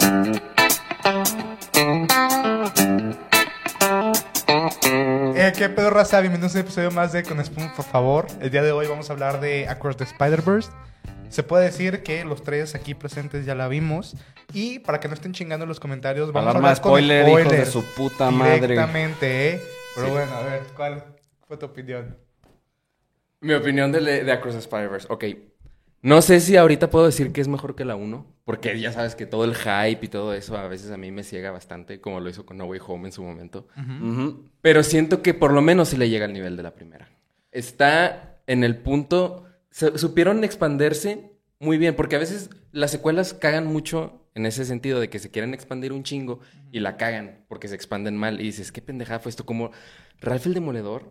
¿Qué pedo, raza? Bienvenidos a un episodio más de Con Spoon, por favor. El día de hoy vamos a hablar de Across the Spider-Verse. Se puede decir que los tres aquí presentes ya la vimos. Y para que no estén chingando en los comentarios, vamos a hablar spoiler, con spoilers. hijos de su puta madre. Directamente, ¿eh? Pero Sí. bueno, a ver, ¿cuál fue tu opinión? Mi opinión de Across the Spider-Verse. Ok. No sé si ahorita puedo decir que es mejor que la 1. Porque ya sabes que todo el hype y todo eso a veces a mí me ciega bastante. Como lo hizo con No Way Home en su momento. Pero siento que por lo menos sí le llega al nivel de la primera. Está en el punto... Supieron expandirse muy bien. Porque a veces las secuelas cagan mucho en ese sentido de que se quieren expandir un chingo y la cagan porque se expanden mal. Y dices, ¿qué pendejada fue esto? Como Ralph el Demoledor.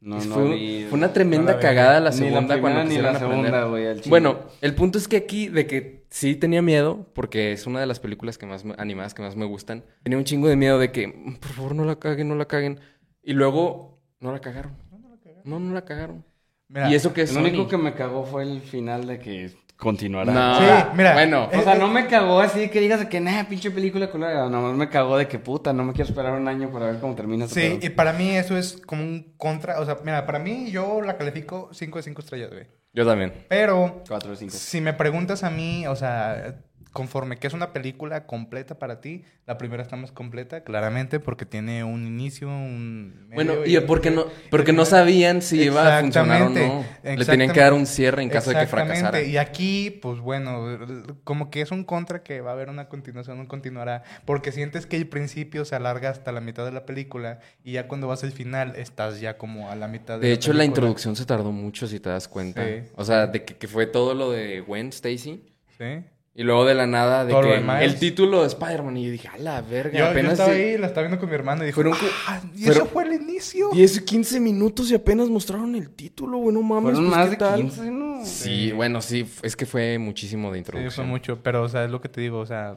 Fue una tremenda cagada la segunda cuando quisieron aprender. Bueno, el punto es que aquí, de que sí tenía miedo, porque es una de las películas que más animadas que más me gustan. Tenía un chingo de miedo de que, por favor, no la caguen, no la caguen. Y luego, no la cagaron. No la cagaron. Mira, y eso que es lo único que me cagó fue el final de que continuará. No, sí, mira. Bueno. O sea, no me cagó así que digas que nada, pinche película culera. Nomás me cagó de que puta, no me quiero esperar un año para ver cómo termina. Sí, y para mí eso es como un contra. O sea, mira, para mí yo la califico 5 de 5 estrellas, güey. Yo también. Pero 4 de 5. si me preguntas a mí, o sea, conforme que es una película completa para ti, la primera está más completa, claramente, porque tiene un inicio, un medio. Bueno, y porque no sabían si iba a funcionar o no. Le tenían que dar un cierre en caso de que fracasara. Y aquí, pues bueno, como que es un contra que va a haber una continuación, no continuará, porque sientes que el principio se alarga hasta la mitad de la película y ya cuando vas al final estás ya como a la mitad de De la hecho, la película. introducción se tardó mucho, si te das cuenta. Sí. O sea, de que fue todo lo de Gwen Stacy. Sí. Y luego de la nada de Todo lo que demás. el título de Spider-Man. Y yo dije, a la verga. Yo apenas estaba ahí, la estaba viendo con mi hermano y dijo, y eso fue el inicio. 10, 15 minutos y apenas mostraron el título, güey, no mames. Fueron pues, más ¿qué de tal? 15, ¿no? Sí, bueno, sí, es que fue muchísimo de Sí, introducción. fue mucho, pero, o sea, es lo que te digo, o sea,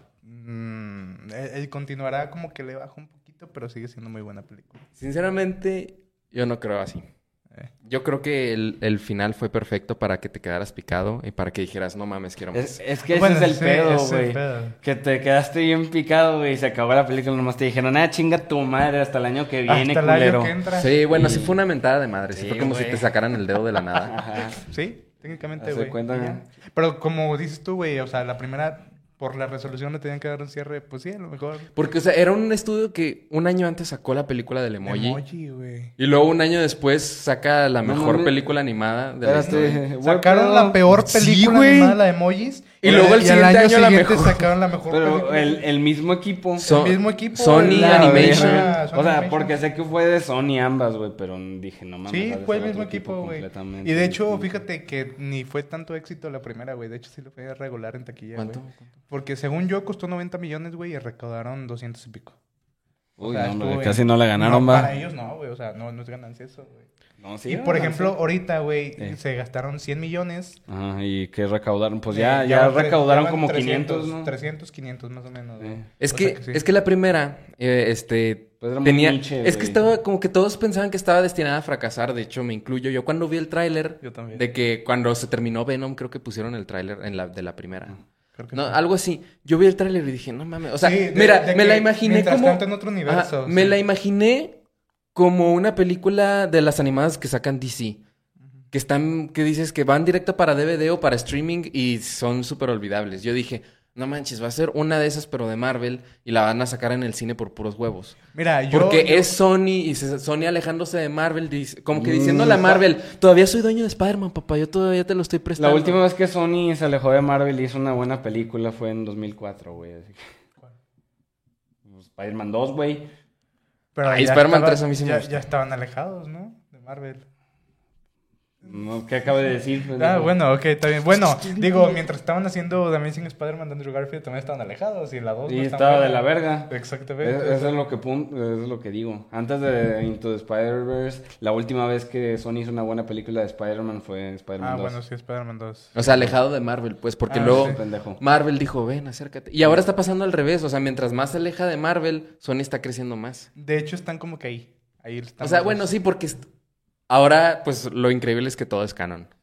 él continuará como que le baja un poquito, pero sigue siendo muy buena película. Sinceramente, yo no creo así. Yo creo que el final fue perfecto para que te quedaras picado y para que dijeras, no mames, quiero más. Es que Bueno, ese es el sí, pedo, ese es el güey. pedo. Que te quedaste bien picado, güey, y se acabó la película. Nomás te dijeron, chinga tu madre hasta el año que viene, Hasta el año culero. que entra. Sí, bueno, sí fue una mentada de madre. Sí, Sí, fue como güey. si te sacaran el dedo de la nada. Ajá. Sí, técnicamente, Hace güey. cuenta, Y ya. ¿no? Pero como dices tú, güey, o sea, la primera, por la resolución le tenían que dar un cierre, pues sí, a lo mejor. Porque, o sea, era un estudio que un año antes sacó la película del emoji. Emoji, güey. Y luego un año después saca la No mejor mames. película animada de la historia. Espérate, Sacaron la peor Sí, película güey. animada, la de emojis. Y luego el al siguiente año la siguiente mejor. sacaron la mejor Pero película. el mismo equipo. El mismo equipo. Sony la Animation. verga, Sony O sea, Animation. porque sé que fue de Sony ambas, güey, pero dije, no mames. Sí, ha de fue el ser mismo otro equipo, güey. completamente Y de hecho, distinto. fíjate que ni fue tanto éxito la primera, güey. De hecho, sí lo fue regular en taquilla, ¿Cuánto? güey. Porque según yo, costó 90 millones, güey, y recaudaron 200 y pico. Uy, O sea, no, hombre, estuvo casi bien. no la ganaron, No, va. para ellos no, güey. O sea, no es ganancia eso, güey. No, sí, Y no, por no, ejemplo, sí. ahorita, güey, Sí. se gastaron 100 millones. Ajá, y que recaudaron, pues Ya ya van recaudaron ya van como 500, ¿no? 300, 500 más o menos, güey. Sí. Es O que, sea sí. es que la primera, Pues era muy tenía... niche, es que güey. estaba como que todos pensaban que estaba destinada a fracasar. De hecho, me incluyo. Yo cuando vi el tráiler, Yo también. de que cuando se terminó Venom, creo que pusieron el tráiler de la primera. Creo que No, sí. algo así. Yo vi el tráiler y dije, no mames. O sea, Sí, mira, de me que la imaginé mientras como... tanto en otro universo, Ajá, me sí. la imaginé como una película de las animadas que sacan DC. Que dices que van directo para DVD o para streaming y son súper olvidables. Yo dije, no manches, va a ser una de esas pero de Marvel y la van a sacar en el cine por puros huevos. Mira, yo... Porque es Sony y Sony alejándose de Marvel, como que diciéndole a Marvel, todavía soy dueño de Spider-Man, papá, yo todavía te lo estoy prestando. La última vez que Sony se alejó de Marvel y hizo una buena película fue en 2004, güey. Así que... Pues, Spider-Man 2, güey. Pero Ay, ya Spider-Man estaba- 3 a mí sí me gusta. Ya estaban alejados, ¿no? De Marvel. No, ¿qué acabo de decir? Pues, Ah, no. bueno, ok, está bien. Bueno, digo, mientras estaban haciendo The Amazing Spider-Man de Andrew Garfield también estaban alejados y la 2 Y estaba de la verga. Exactamente. Eso es lo que digo. Antes de Into the Spider-Verse, la última vez que Sony hizo una buena película de Spider-Man fue Spider-Man 2. Bueno, sí, Spider-Man 2. O sea, alejado de Marvel, pues, porque Ah, luego sí. Pendejo. Marvel dijo, ven, acércate. Y ahora está pasando al revés, o sea, mientras más se aleja de Marvel, Sony está creciendo más. De hecho, están como que ahí. Ahí están O sea, los bueno, dos. sí, porque ahora, pues, lo increíble es que todo es canon.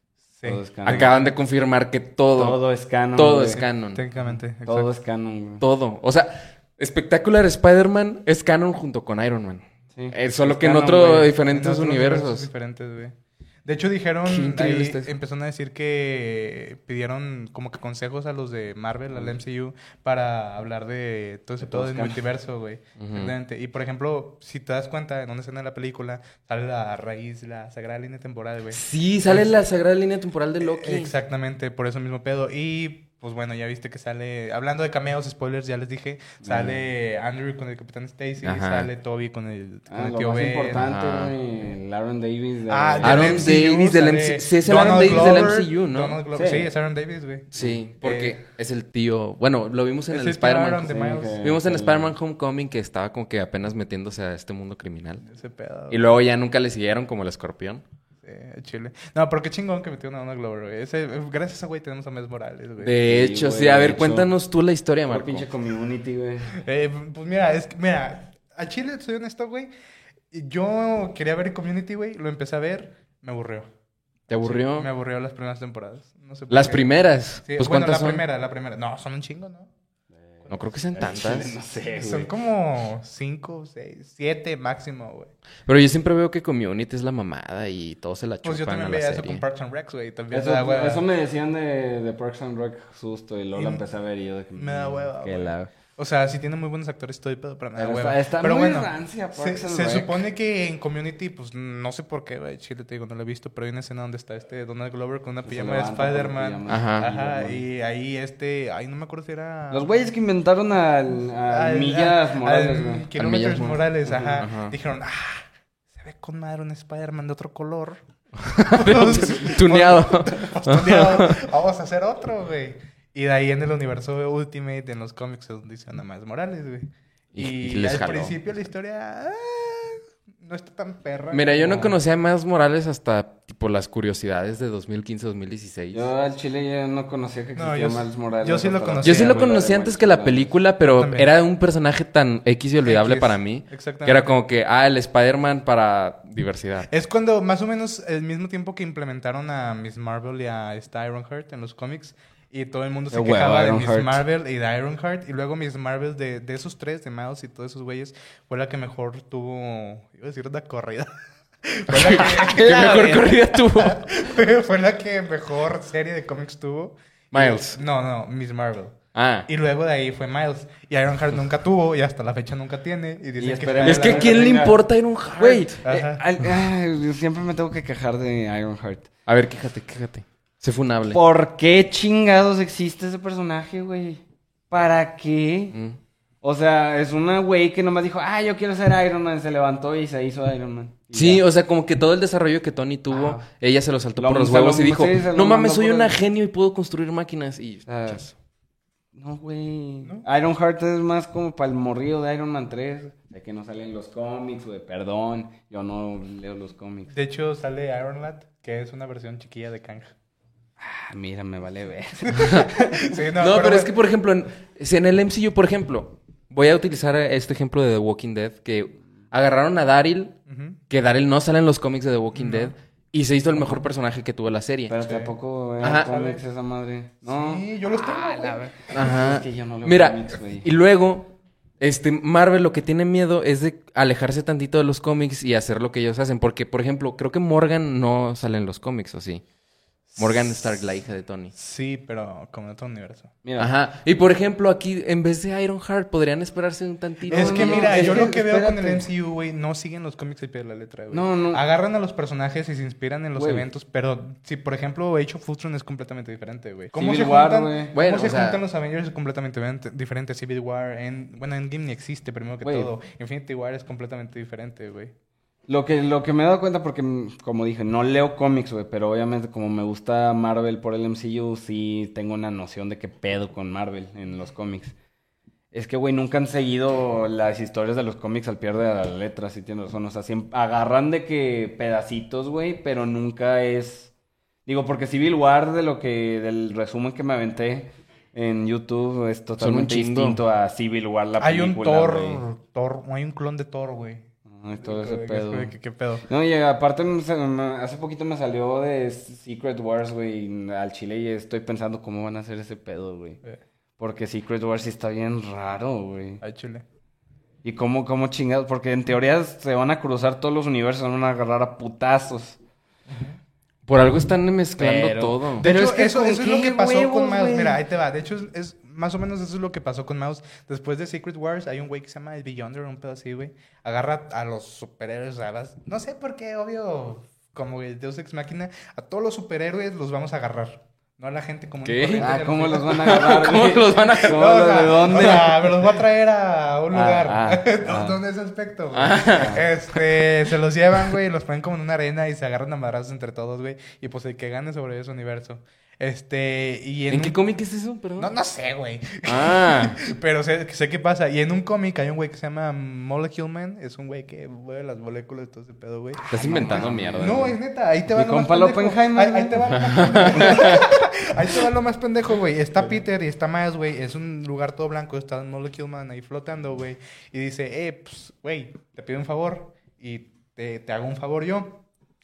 Sí. Todo es canon. Acaban de confirmar que Todo es canon. todo güey. es canon. Técnicamente, exacto. Todo es canon, güey. Todo. O sea, Spectacular Spider-Man es canon junto con Iron Man. Sí. Solo Es que en canon, otro güey. diferentes En otros universos. diferentes, güey. De hecho, dijeron, Qué increíble ahí está eso. empezaron a decir que pidieron como que consejos a los de Marvel, al MCU, para hablar de todo ese De todo todos del canon. multiverso, güey. Ujú. Exactamente. Y por ejemplo, si te das cuenta, en una escena de la película, sale la raíz, la sagrada línea temporal, güey. Sí, sale la sagrada línea temporal de Loki. Exactamente, por eso mismo pedo. Y pues bueno, ya viste que sale, hablando de cameos, spoilers, ya les dije, sale Andrew con el Capitán Stacy, Ajá. sale Toby con el Lo tío más Ben. importante, Ajá. güey, el Aaron Davis. De... Ah, del Aaron MCU, Davis del sale MC sí, es el Aaron Donald Davis del Glover, MCU, ¿no? Donald Glover. Sí, Sí. es Aaron Davis, güey. Sí, porque Eh, es el tío. Bueno, lo vimos en es el el tío Aaron Spider-Man. de Sí, Miles. que- Vimos en el- Spider-Man Homecoming que estaba como que apenas metiéndose a este mundo criminal. Ese pedo. Y luego ya nunca le siguieron como el escorpión. Chile. No, pero qué chingón que metió a Donald Glover, güey. Gracias a ese güey tenemos a Miles Morales, güey. De Sí, hecho, güey, sí. A de ver, hecho. cuéntanos tú la historia, Puro Marco. pinche community, güey. Pues mira, mira, a Chile, soy honesto, güey. Yo quería ver Community, güey. Lo empecé a ver, me aburrió. ¿Te aburrió? Me aburrió las primeras temporadas. No sé por Las qué. primeras. Sí, Pues bueno, ¿cuántas son? la primera. No, son un chingo, ¿no? No creo que sean No tantas. sé, Son güey. como 5, 6, 7 máximo, güey. Pero yo siempre veo que Community es la mamada y todos se la chupan Pues yo a también la veía eso serie. con Parks and Rec, güey. También Eso, me da hueva. eso me decían de Parks and Rec susto y luego la Y- empecé a ver y yo de que... me da hueva, que güey. la... O sea, sí tiene muy buenos actores y todo, pero me da Pero hueva. está Pero muy bueno, rancia Parks and se Rec. supone que en Community, pues no sé por qué, güey. Chile, te digo, no lo he visto, pero hay una escena donde está Donald Glover con una Que se pijama de levanta con Spider-Man. pijama. Ajá. Ajá, y ahí ay, no me acuerdo si era... Los güeyes que inventaron al Millas Morales, güey. Kilómetros Millas Morales, ajá. Ajá. Dijeron, se ve con madre un Spider-Man de otro color. Tuneado. Tuneado. Vamos a hacer otro, güey. Y de ahí en el universo Ultimate, en los cómics, es donde hicieron a Miles Morales, güey. Y Y, les al jaló. principio la historia no está tan perra. Mira, yo no como- conocía a Miles Morales hasta tipo las curiosidades de 2015-2016. Yo al Chile ya no conocía que No, existía yo Miles Morales. yo sí lo hasta la conocía, Yo sí lo güey, conocí de antes que la Miles película, pero también. era un personaje tan X y olvidable X, para mí. exactamente. Que era como que, el Spider-Man para diversidad. Es cuando más o menos el mismo tiempo que implementaron a Miss Marvel y a Ironheart en los cómics. Y todo el mundo se Qué huevo, quejaba de Miss Ironheart. Marvel y de Ironheart. Y luego Miss Marvel de esos tres, de Miles y todos esos güeyes, fue la que mejor tuvo... Iba a decir una corrida. Fue la ¿Qué mejor corrida tuvo? fue la que mejor serie de cómics tuvo. Miles. No, Miss Marvel. Ah. Y luego de ahí fue Miles. Y Ironheart nunca tuvo y hasta la fecha nunca tiene. Y dicen Y que esperemos Es que ¿a la quién le tenga. importa Ironheart? Güey, Ajá. yo siempre me tengo que quejar de Ironheart. A ver, quéjate. Sé funable. ¿Por qué chingados existe ese personaje, güey? ¿Para qué? Mm. O sea, es una güey que nomás dijo, yo quiero ser Iron Man. Se levantó y se hizo Iron Man. Y Sí, ya. o sea, como que todo el desarrollo que Tony tuvo, Ah. ella se lo saltó Lo- por los se lo- huevos y dijo, sí, se lo no mames, mandó soy por una el- genio y puedo construir máquinas. Y Ah. chas. No, güey. ¿No? Ironheart es más como para el morrillo de Iron Man 3. De que no salen los cómics, güey. Perdón, yo no leo los cómics. De hecho, sale Ironlad, que es una versión chiquilla de Kang. Mira, me vale ver. Sí, No, pero es que, por ejemplo, si en el MCU, por ejemplo, voy a utilizar este ejemplo de The Walking Dead, que agarraron a Daryl, Ujú. que Daryl no sale en los cómics de The Walking No. Dead, y se hizo el mejor personaje que tuvo la serie. Pero Sí. tampoco Ajá. cómics esa madre. No. Sí, yo los tengo, güey. la ver- Ajá. Es que yo no leo Mira, cómics, güey. y luego, Marvel lo que tiene miedo es de alejarse tantito de los cómics y hacer lo que ellos hacen. Porque, por ejemplo, creo que Morgan no sale en los cómics, ¿o sí? Morgan Stark, la hija de Tony. Sí, pero como en otro universo. Mira, Ajá. Y por ejemplo, aquí, en vez de Ironheart, podrían esperarse un tantito. Es que no, mira, es yo que lo que veo con el espérate. MCU, güey, no siguen los cómics al pie de la letra, güey. No, no. Agarran a los personajes y se inspiran en los Güey. eventos, pero si, por ejemplo, Age of Ultron es completamente diferente, güey. ¿Cómo Civil se War, juntan, güey. cómo Bueno, se o sea- juntan los Avengers es completamente diferente. Civil War, Endgame ni existe, primero que Güey. todo. Infinity War es completamente diferente, güey. Lo que me he dado cuenta, porque como dije, no leo cómics, güey, pero obviamente como me gusta Marvel por el MCU, sí tengo una noción de qué pedo con Marvel en los cómics. Es que, güey, nunca han seguido las historias de los cómics al pie de la letra, si tienes razón. O sea, siempre agarran de que pedacitos, güey, pero nunca es... Digo, porque Civil War, del resumen que me aventé en YouTube, es totalmente chingo. distinto a Civil War, la Hay un película, güey. Thor, hay un clon de Thor, güey. Ay, todo ese pedo. ¿Qué pedo? No, y aparte hace poquito me salió de Secret Wars, güey, al chile y estoy pensando cómo van a hacer ese pedo, güey. Porque Secret Wars sí está bien raro, güey. Ay, chule. Y cómo chingados, porque en teoría se van a cruzar todos los universos, se van a agarrar a putazos. Por algo están mezclando Pero- todo. De Pero hecho, es que eso ¿con es lo qué que pasó huevos, con Miles. güey? Mira, ahí te va. De hecho, es más o menos eso es lo que pasó con Miles. Después de Secret Wars, hay un güey que se llama el Beyonder, un pedo así, güey. Agarra a los superhéroes raras. No sé por qué, obvio, como el Deus Ex Machina, a todos los superhéroes los vamos a agarrar. No a la gente como ¿Qué? ¿Cómo los van a agarrar, ¿Cómo güey? los van a ¿Cómo No, o los- sea, ¿De dónde? O sea, me los va a traer a un lugar. ah. No en ese aspecto, güey. Se los llevan, güey, los ponen como en una arena y se agarran a madrazos entre todos, güey. Y pues el que gane sobre ese universo. Y ¿En qué cómic es eso? Perdón. No sé, güey. Ah, Pero sé qué pasa. Y en un cómic hay un güey que se llama Molecule Man. Es un güey que mueve las moléculas y todo ese pedo, güey. estás inventando mierda. No, güey. es neta. Ahí te va Mi lo más compa el pendejo. Oppenheimer, Ahí te va lo más pendejo. Ahí te va lo más pendejo, güey. Está Peter y está Miles, güey. Es un lugar todo blanco. Está Molecule Man ahí flotando, güey. Y dice, pues, güey, te pido un favor. Y te hago un favor yo.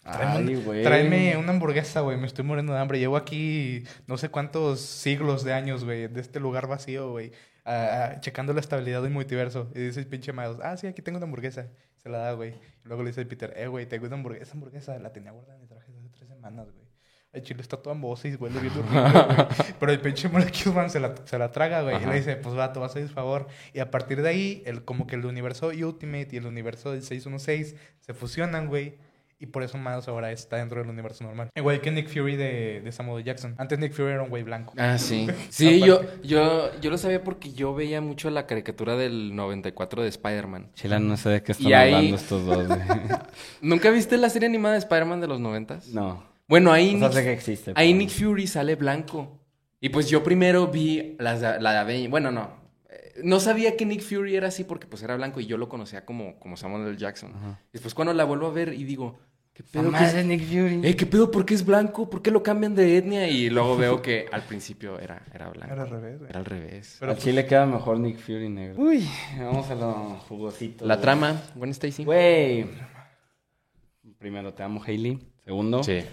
Tráeme una hamburguesa, güey. Me estoy muriendo de hambre. Llevo aquí no sé cuántos siglos de años, güey, de este lugar vacío, güey. Checando la estabilidad del multiverso. Y dice el pinche Miles, sí, aquí tengo una hamburguesa. Se la da, güey. Y luego le dice el Peter, güey, tengo una hamburguesa. Esa hamburguesa la tenía guardada en mi traje hace 3 semanas, güey. El chile está todo amboso y huele bien horrible, güey. Pero el pinche Molecule Man se la traga, güey. Y le dice, pues va, te vas a hacer favor. Y a partir de ahí, como que el universo Ultimate y el universo del 616 se fusionan, güey. Y por eso Miles ahora está dentro del universo normal. Igual que Nick Fury de Samuel Jackson. Antes Nick Fury era un güey blanco. Ah, sí. Sí, yo lo sabía porque yo veía mucho la caricatura del 94 de Spider-Man. Chila, no sé de qué están Y ahí- hablando estos dos, güey. ¿Nunca viste la serie animada de Spider-Man de los 90s? No. Bueno, ahí O sea, sé que existe. ahí pero- Nick Fury sale blanco. Y pues yo primero vi la de Avengers. Bueno, no. No sabía que Nick Fury era así porque pues era blanco y yo lo conocía como Samuel L. Jackson. Ajá. Después cuando la vuelvo a ver y digo, ¿qué pedo? Mamá ¿Qué es- de Nick Fury. ¿Qué pedo? ¿Por qué es blanco? ¿Por qué lo cambian de etnia? Y luego veo que al principio era blanco. Era al revés, güey. Era al revés. Pero Al chile queda mejor Nick Fury negro. Uy, vamos a lo jugosito. La güey. trama, Gwen Stacy. Güey. Primero, te amo, Hailey. Segundo. Sí.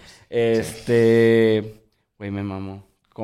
Güey, me mamó.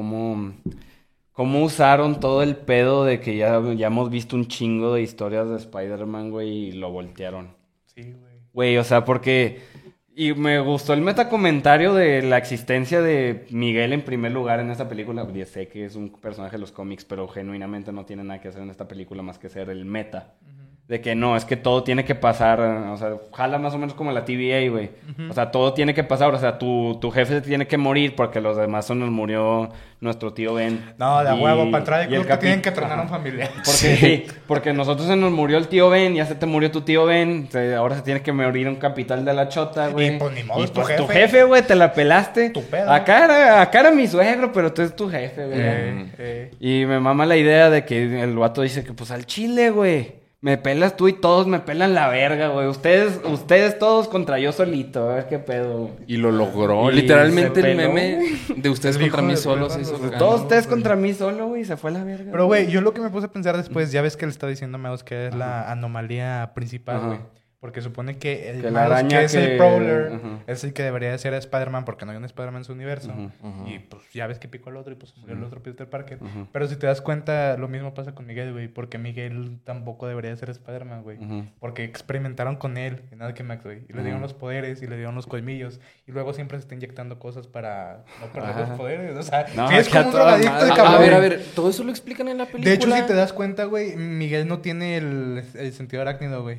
¿Cómo usaron todo el pedo de que ya hemos visto un chingo de historias de Spider-Man, güey, y lo voltearon? Sí, güey. Güey, o sea, porque... Y me gustó el metacomentario de la existencia de Miguel en primer lugar en esta película. Ya sé que es un personaje de los cómics, pero genuinamente no tiene nada que hacer en esta película más que ser el meta. De que no, es que todo tiene que pasar, o sea, jala más o menos como la TVA, güey. O sea, todo tiene que pasar, o sea, tu jefe tiene que morir porque los demás se nos murió nuestro tío Ben. No, de Y- huevo, para entrar al y el club te tienen que capi- tronar a un Ajá. familiar. Porque sí, porque nosotros se nos murió el tío Ben, ya se te murió tu tío Ben, ahora se tiene que morir un capital de la chota, güey. Y, pues, ni modo, Y, es tu pues, tu jefe. jefe, güey, te la pelaste. Tu pedo. Acá era mi suegro, pero tú eres tu jefe, güey. Y me mama la idea de que el vato dice que pues al chile, güey. Me pelas tú y todos me pelan la verga, güey. Ustedes todos contra yo solito. A ver qué pedo. Y lo logró. Y Literalmente se el peló, meme de ustedes El contra hijo mí de solos perra, hizo los- canon. Todos ustedes güey. contra mí solo, güey. Se fue a la verga. Pero, güey, yo lo que me puse a pensar después, ya ves que le está diciendo a Miles que es la anomalía principal, Ajá. güey. Porque supone que el Que la Miles, araña que es el que- Prowler, Ajá. es el que debería de ser Spider-Man porque no hay un Spider-Man en su universo. Ajá. Y pues ya ves que picó al otro y pues se murió el otro Peter Parker. Ajá. Pero si te das cuenta, lo mismo pasa con Miguel, güey. Porque Miguel tampoco debería de ser Spider-Man, güey. Ajá. Porque experimentaron con él en Alchemax, güey. Y le dieron Ajá. los poderes y le dieron los colmillos. Y luego siempre se está inyectando cosas para no perder Ajá. los poderes. O sea, No, sí es acá como un toda drogadicto madre. el A cabrón. ver, a ver. Todo eso lo explican en la película. De hecho, si te das cuenta, güey, Miguel no tiene el sentido arácnido, güey.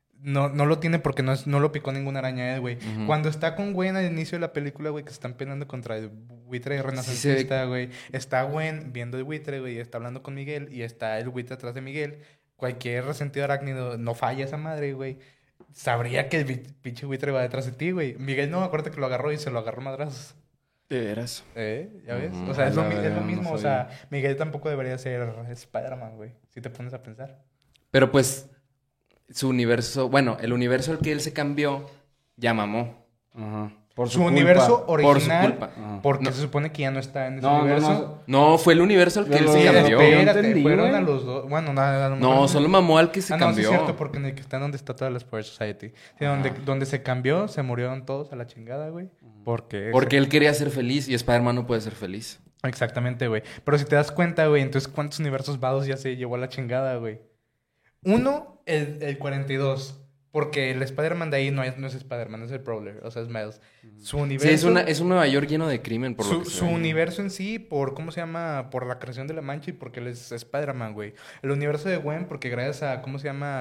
No lo tiene porque no lo picó ninguna araña él, güey. Ujú. Cuando está con Gwen al inicio de la película, güey, que se están peleando contra el buitre renacentista, güey. Está Gwen viendo el buitre, güey, y está hablando con Miguel y está el buitre atrás de Miguel. Cualquier sentido arácnido no falla esa madre, güey. Sabría que el pinche buitre va detrás de ti, güey. Miguel no, acuérdate que lo agarró y se lo agarró madrazos. De veras. ¿Ya ves? Ujú. O sea, es lo A la mismo. verga, no O sea, Miguel tampoco debería ser Spider-Man, güey. Si te pones a pensar. Pero pues, su universo... Bueno, el universo al que él se cambió, ya mamó. Ajá. Por su culpa. universo Por su original, culpa. porque No. se supone que ya no está en ese No, universo. No, fue el universo al que él Yo se lo- cambió. Espérate, entendí, fueron güey. a los dos. Bueno, a lo mejor No, solo mamó al que se no, sí cambió. es cierto, porque en el que está donde está toda la Spoiler Society. Sí, donde se cambió, se murieron todos a la chingada, güey. Porque él quería ser feliz y Spider-Man no puede ser feliz. Exactamente, güey. Pero si te das cuenta, güey, entonces ¿cuántos universos vados ya se llevó a la chingada, güey? Uno, el 42. Porque el Spider-Man de ahí no es Spider-Man, es el Prowler, o sea, es Miles. Su universo... Sí, es un Nueva York lleno de crimen, por lo que se Su ve. universo en sí, ¿cómo se llama? Por la creación de la Mancha y porque él es Spider-Man, güey. El universo de Gwen, porque gracias a, ¿cómo se llama?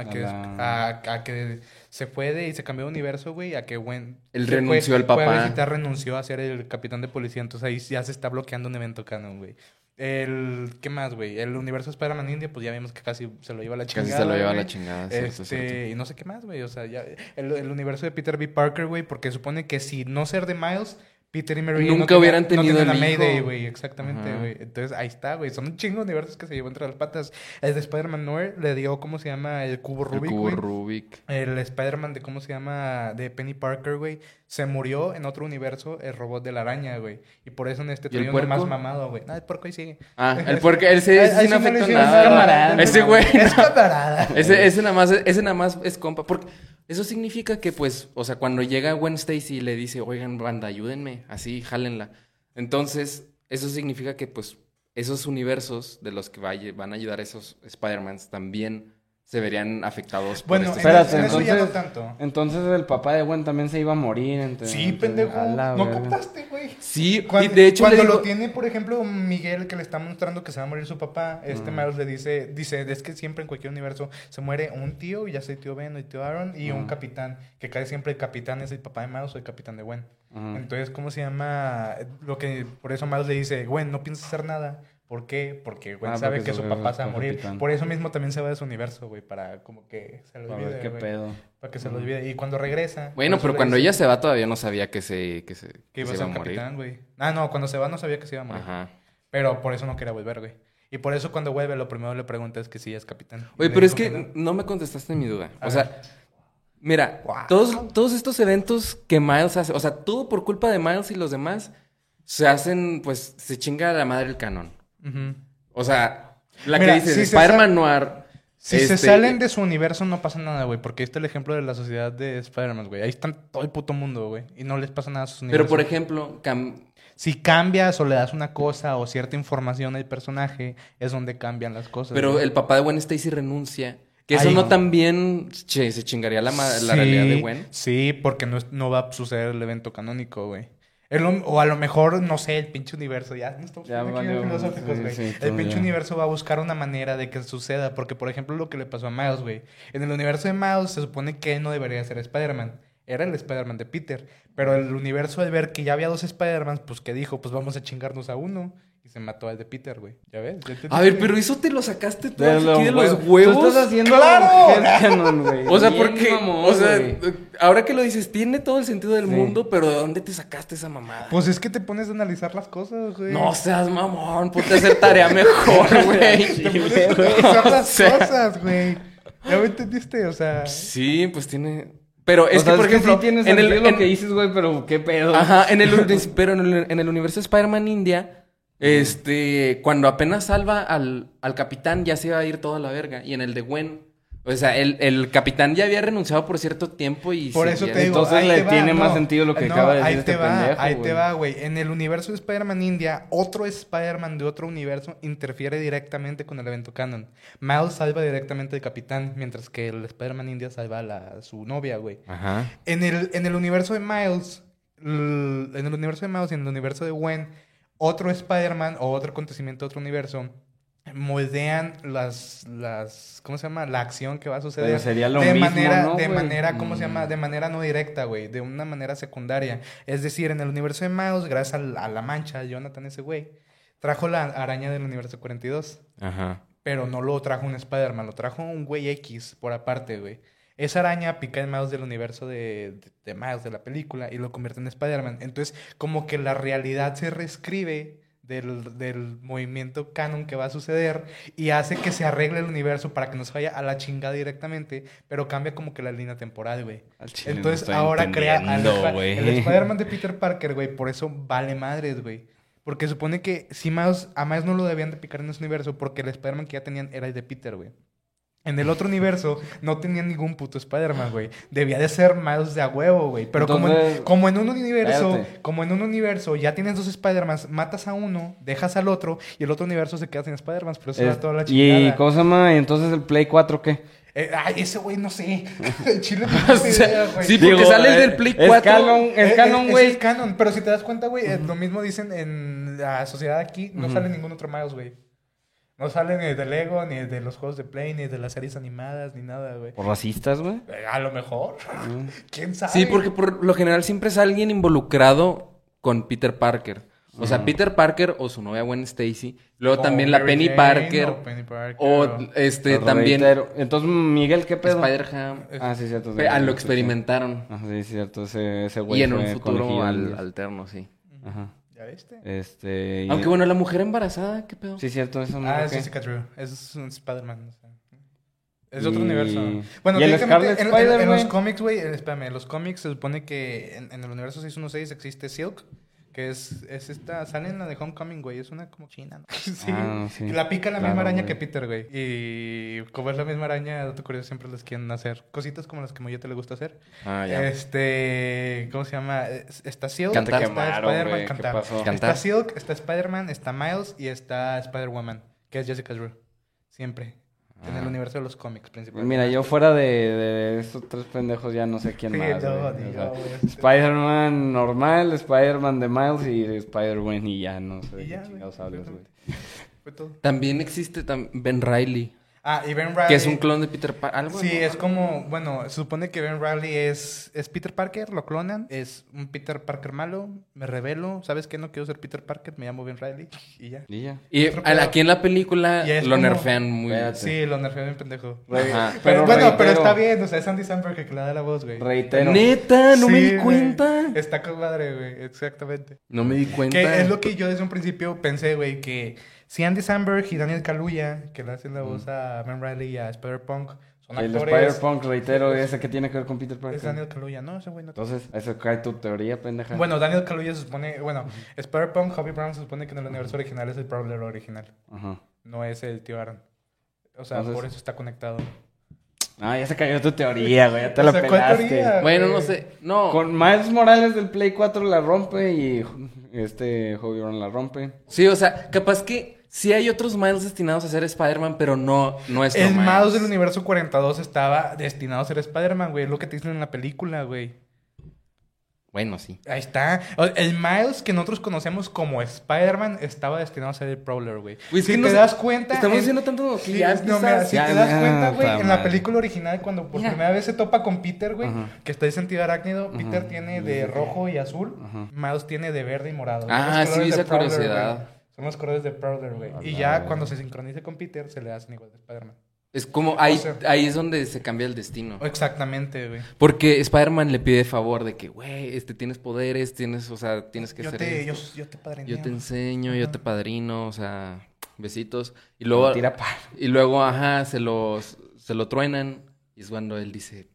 A que se fue y se cambió de universo, güey, a que Gwen... Él se renunció al fue a papá. visitar, renunció a ser el capitán de policía, entonces ahí ya se está bloqueando un evento canon, güey. ¿Qué más, güey? El universo Spider-Man India, pues ya vimos que casi se lo lleva a la chingada. Casi se lo lleva a güey. la chingada, cierto, cierto. Y no sé qué más, güey. O sea, ya el universo de Peter B. Parker, güey, porque supone que si no ser de Miles, Peter y Mary Nunca hubieran tenido no tenían el a hijo. Mayday, güey. Exactamente, Ajá. güey. Entonces, ahí está, güey. Son un chingo de universos que se llevó entre las patas. El de Spider-Man Noir le dio, ¿cómo se llama? El cubo El Rubik, cubo güey. Rubik. El Spider-Man de, ¿cómo se llama? De Penny Parker, güey. Se murió en otro universo el robot de la araña, güey. Y por eso en este ¿Y el trío puerco? más mamado, güey. No, el puerco ahí sigue. Ah, el puerco, ese Ahí sí sí no le afecta hicieron nada. camarada. Ese güey. Es camarada. Ese nada más es compa. Porque eso significa que, pues, o sea, cuando llega Gwen Stacy y le dice, oigan, banda, ayúdenme, así, jálenla. Entonces, eso significa que, pues, esos universos de los que van a ayudar a esos Spider-Mans también se verían afectados por Bueno, estos Espérate, en eso ya no entonces- tanto. Entonces el papá de Gwen también se iba a morir. Sí, pendejo. a la No verga. captaste, güey. Sí, Cuando, y de hecho cuando le digo... lo tiene, por ejemplo, Miguel, que le está mostrando que se va a morir su papá, Miles le dice, es que siempre en cualquier universo se muere un tío, y ya sea el tío Ben o el tío Aaron, y un capitán, que casi siempre el capitán es el papá de Miles o el capitán de Gwen. Entonces, ¿cómo se llama? Por eso Miles le dice, Gwen, no piensas hacer nada. ¿Por qué? Porque Gwen sabe porque que su su papá se va a fue morir. capitán. Por eso mismo también se va de su universo, güey, para como que se lo A olvide, ver qué güey. pedo. Para que se lo olvide. Y cuando regresa... Bueno, por eso pero le cuando dice ella se va todavía no sabía que que iba se a ser iba a morir. capitán, güey. Ah, no, cuando se va no sabía que se iba a morir. Ajá. Pero por eso no quería volver, güey. Y por eso cuando vuelve lo primero le pregunta es que si es capitán. Y Oye, le pero es dijo que no. no me contestaste mi duda. A O sea, mira, Wow. todos estos eventos que Miles hace, o sea, todo por culpa de Miles y los demás, se hacen, pues, se chinga a la madre el canon. Ujú. O sea, la Mira, que dices, si se Spider-Man Noir. Si se salen de su universo no pasa nada, güey. Porque ahí está el ejemplo de la sociedad de Spider-Man, güey. Ahí están todo el puto mundo, güey. Y no les pasa nada a sus universos. Pero, por ejemplo, Si cambias o le das una cosa o cierta información al personaje, es donde cambian las cosas. pero güey. el papá de Gwen Stacy renuncia. Que eso Ay, no no. también se chingaría la realidad de Gwen. Sí, porque no va a suceder el evento canónico, güey. O a lo mejor, no sé, el pinche universo. Ya no estamos Ya poniendo aquí bien valió, filosóficos, sí, güey. sí, El todo pinche ya. universo va a buscar una manera de que suceda. Porque, por ejemplo, lo que le pasó a Miles, güey. En el universo de Miles se supone que él no debería ser Spider-Man. Era el Spider-Man de Peter. Pero el universo, al ver que ya había dos Spider-Man, pues que dijo, pues vamos a chingarnos a uno. Y se mató al de Peter, güey. ¿Ya ves? ¿Ya entendiste? A ver, pero eso te lo sacaste tú De aquí de los Tú huevos. estás haciendo ¡Claro! headcanon, güey. O sea, Bien porque, mamón, o sea, güey. ahora que lo dices, tiene todo el sentido del Sí. mundo, pero ¿de dónde te sacaste esa mamada? Pues es que te pones a analizar las cosas, güey. No seas mamón, ponte a hacer tarea mejor, güey. Te pones a analizar las cosas, güey. ¿Ya me entendiste? O sea... Sí, pues tiene... Pero es O sea, que, por ejemplo, sí tienes en el... lo que dices, güey, pero qué pedo. Ajá, pero en el universo de Spider-Man India, cuando apenas salva al capitán, ya se iba a ir toda la verga. Y en el de Gwen, o sea, el capitán ya había renunciado por cierto tiempo y... Por eso seguía- te digo, Entonces ahí le te va, tiene más no, sentido lo que no, acaba de decir ahí te este va, pendejo, ahí güey. te va, güey. En el universo de Spider-Man India, otro Spider-Man de otro universo interfiere directamente con el evento canon. Miles salva directamente al capitán, mientras que el Spider-Man India salva a su novia, güey. Ajá. En el universo de Miles, en el universo de Miles y en el universo de Gwen, otro Spider-Man o otro acontecimiento de otro universo moldean ¿cómo se llama? La acción que va a suceder. Pero sería lo de mismo, manera, ¿no, de güey? manera, ¿cómo se llama? De manera no directa, güey. De una manera secundaria. Es decir, en el universo de Miles, gracias a la mancha, Jonathan, ese güey, trajo la araña del universo 42. Ajá. Pero no lo trajo un Spider-Man, lo trajo un güey X por aparte, güey. Esa araña pica el Miles del universo de Miles de la película y lo convierte en Spider-Man. Entonces, como que la realidad se reescribe del movimiento canon que va a suceder y hace que se arregle el universo para que no se vaya a la chingada directamente, pero cambia como que la línea temporal, güey. Al chile no Entonces estoy ahora crea entendiendo, güey. el Spider-Man de Peter Parker, güey, por eso vale madres, güey. Porque supone que si a Miles no lo debían de picar en ese universo porque el Spider-Man que ya tenían era el de Peter, güey. En el otro universo no tenían ningún puto Spider-Man, güey. Debía de ser Miles de a huevo, güey. Pero Entonces, como en un universo, espérate. como en un universo ya tienes dos Spider-Mans, matas a uno, dejas al otro y el otro universo se queda sin Spider-Man, pero eso da toda la chingada. ¿Y cómo se llama? ¿Y entonces el Play 4 qué? Ay, ese güey no sé. El chile no tengo O sea, idea, güey. sí, porque sale el del Play 4. Es canon, güey. Es canon, pero si te das cuenta, güey, lo mismo dicen en la sociedad aquí, no sale ningún otro Miles, güey. No sale ni de Lego, ni de los juegos de Play, ni de las series animadas, ni nada, güey. ¿Por racistas, güey? A lo mejor. ¿Quién sabe? Sí, porque por lo general siempre es alguien involucrado con Peter Parker. O sea, Peter Parker o su novia Gwen Stacy. Luego O también la Mary Penny Jane, Parker. o Penny Parker, O Lo también reitero. Entonces, Miguel, ¿qué pedo? Spider-Ham. Ah, sí, cierto. Lo experimentaron. Ah, sí, cierto. Ese güey Y en un fue futuro Conejillo de Indias. alterno, sí. Ajá. ¿Ya viste? Y- Aunque bueno, la mujer embarazada, ¿qué pedo? Sí, cierto. Eso no Ah, lo es que- Jessica Drew. Es un Spider-Man. O sea, es de Y- otro universo. Bueno, ¿Y el técnicamente, Scarlet Spider, en los güey? cómics, güey, espérame, en los cómics se supone que en el universo 616 existe Silk, que es esta, sale en la de Homecoming, güey, es una como china, ¿no? Sí. Ah, sí. Y la pica la Claro, misma araña güey. que Peter, güey. Y como es la misma araña, dato curioso, siempre les quieren hacer cositas como las que a Mollete le gusta hacer. Ah, ya. ¿Cómo se llama? Está Silk, Cantar. está Quemaron, Spider-Man, güey, ¿qué cantar. pasó? Cantar. Está Silk, está Spider-Man, está Miles y está Spider-Woman, que es Jessica Drew. Siempre. En el universo de los cómics, principalmente. Mira, yo fuera de estos tres pendejos ya no sé quién Sí, más. no, güey. ni O sea, yo, güey. Spider-Man normal, Spider-Man de Miles y Spider-Man y ya no sé de Y qué ya, chingados güey. hablas, güey. Fue todo. También existe Ben Reilly, Ah, y Ben Reilly. que es un clon de Peter Parker. Algo, Sí, ¿no? es como, bueno, se supone que Ben Reilly es Peter Parker, lo clonan, es un Peter Parker malo, me revelo, ¿sabes qué? No quiero ser Peter Parker, me llamo Ben Reilly y ya. Y ya. Y Otro pedo. aquí en la película Y es lo como- nerfean muy... Espérate. Sí, lo nerfeó bien pendejo. Ajá. Pero bueno, pero reitero, está bien, o sea, es Andy Samberg el que le da la voz, güey. Reitero. Neta, no me Sí, di güey. cuenta. Está con madre, güey, exactamente. No me di cuenta. Que es lo que yo desde un principio pensé, güey, que si Andy Samberg y Daniel Kaluuya, que le hacen la voz a Ben Reilly y a Spider-Punk, son El actores... Spider-Punk, reitero, ese que tiene que ver con Peter Parker. Es Daniel Kaluuya, no, ese güey no. Entonces, eso cae tu teoría, pendeja. Bueno, Daniel Kaluuya se supone... Bueno, Spider-Punk, Hobie Brown se supone que en el universo original es el Prowler original. Ajá. No es el tío Aaron. O sea, Entonces- por eso está conectado. Ah, ya se cayó tu teoría, güey. Ya te la O sea, ¿cuál pelaste. teoría? Bueno, no sé. No. Con Miles Morales del Play 4 la rompe y Hobie Brown la rompe. Sí, o sea, capaz que sí hay otros Miles destinados a ser Spider-Man, pero no es El Miles del universo 42 estaba destinado a ser Spider-Man, güey. Es lo que te dicen en la película, güey. Bueno, sí. Ahí está. El Miles que nosotros conocemos como Spider-Man estaba destinado a ser el Prowler, güey. Güey, es si que te no sé- das cuenta... Estamos en- diciendo tanto Sí, que ya no, mira, si Ya, te das ya, cuenta, güey, puta en la madre. película original, cuando por primera vez se topa con Peter, güey, Ajá. que está en sentido arácnido, Peter tiene de rojo y azul, Ajá. Miles tiene de verde y morado. Ah, Son los sí, colores esa de Prowler, curiosidad. güey. Son los colores de Prowler, güey. A Y la ya verga. cuando se sincronice con Peter, se le hacen igual de Spider-Man. Es como ahí, O sea- ahí es donde se cambia el destino. Exactamente, güey. Porque Spider-Man le pide favor de que, güey, tienes poderes, o sea, tienes que Yo hacer te, esto. yo te padrineo. Yo te enseño, yo te padrino, o sea, besitos. Y Luego luego, tira par. y luego, ajá, se lo truenan. Y es cuando él dice...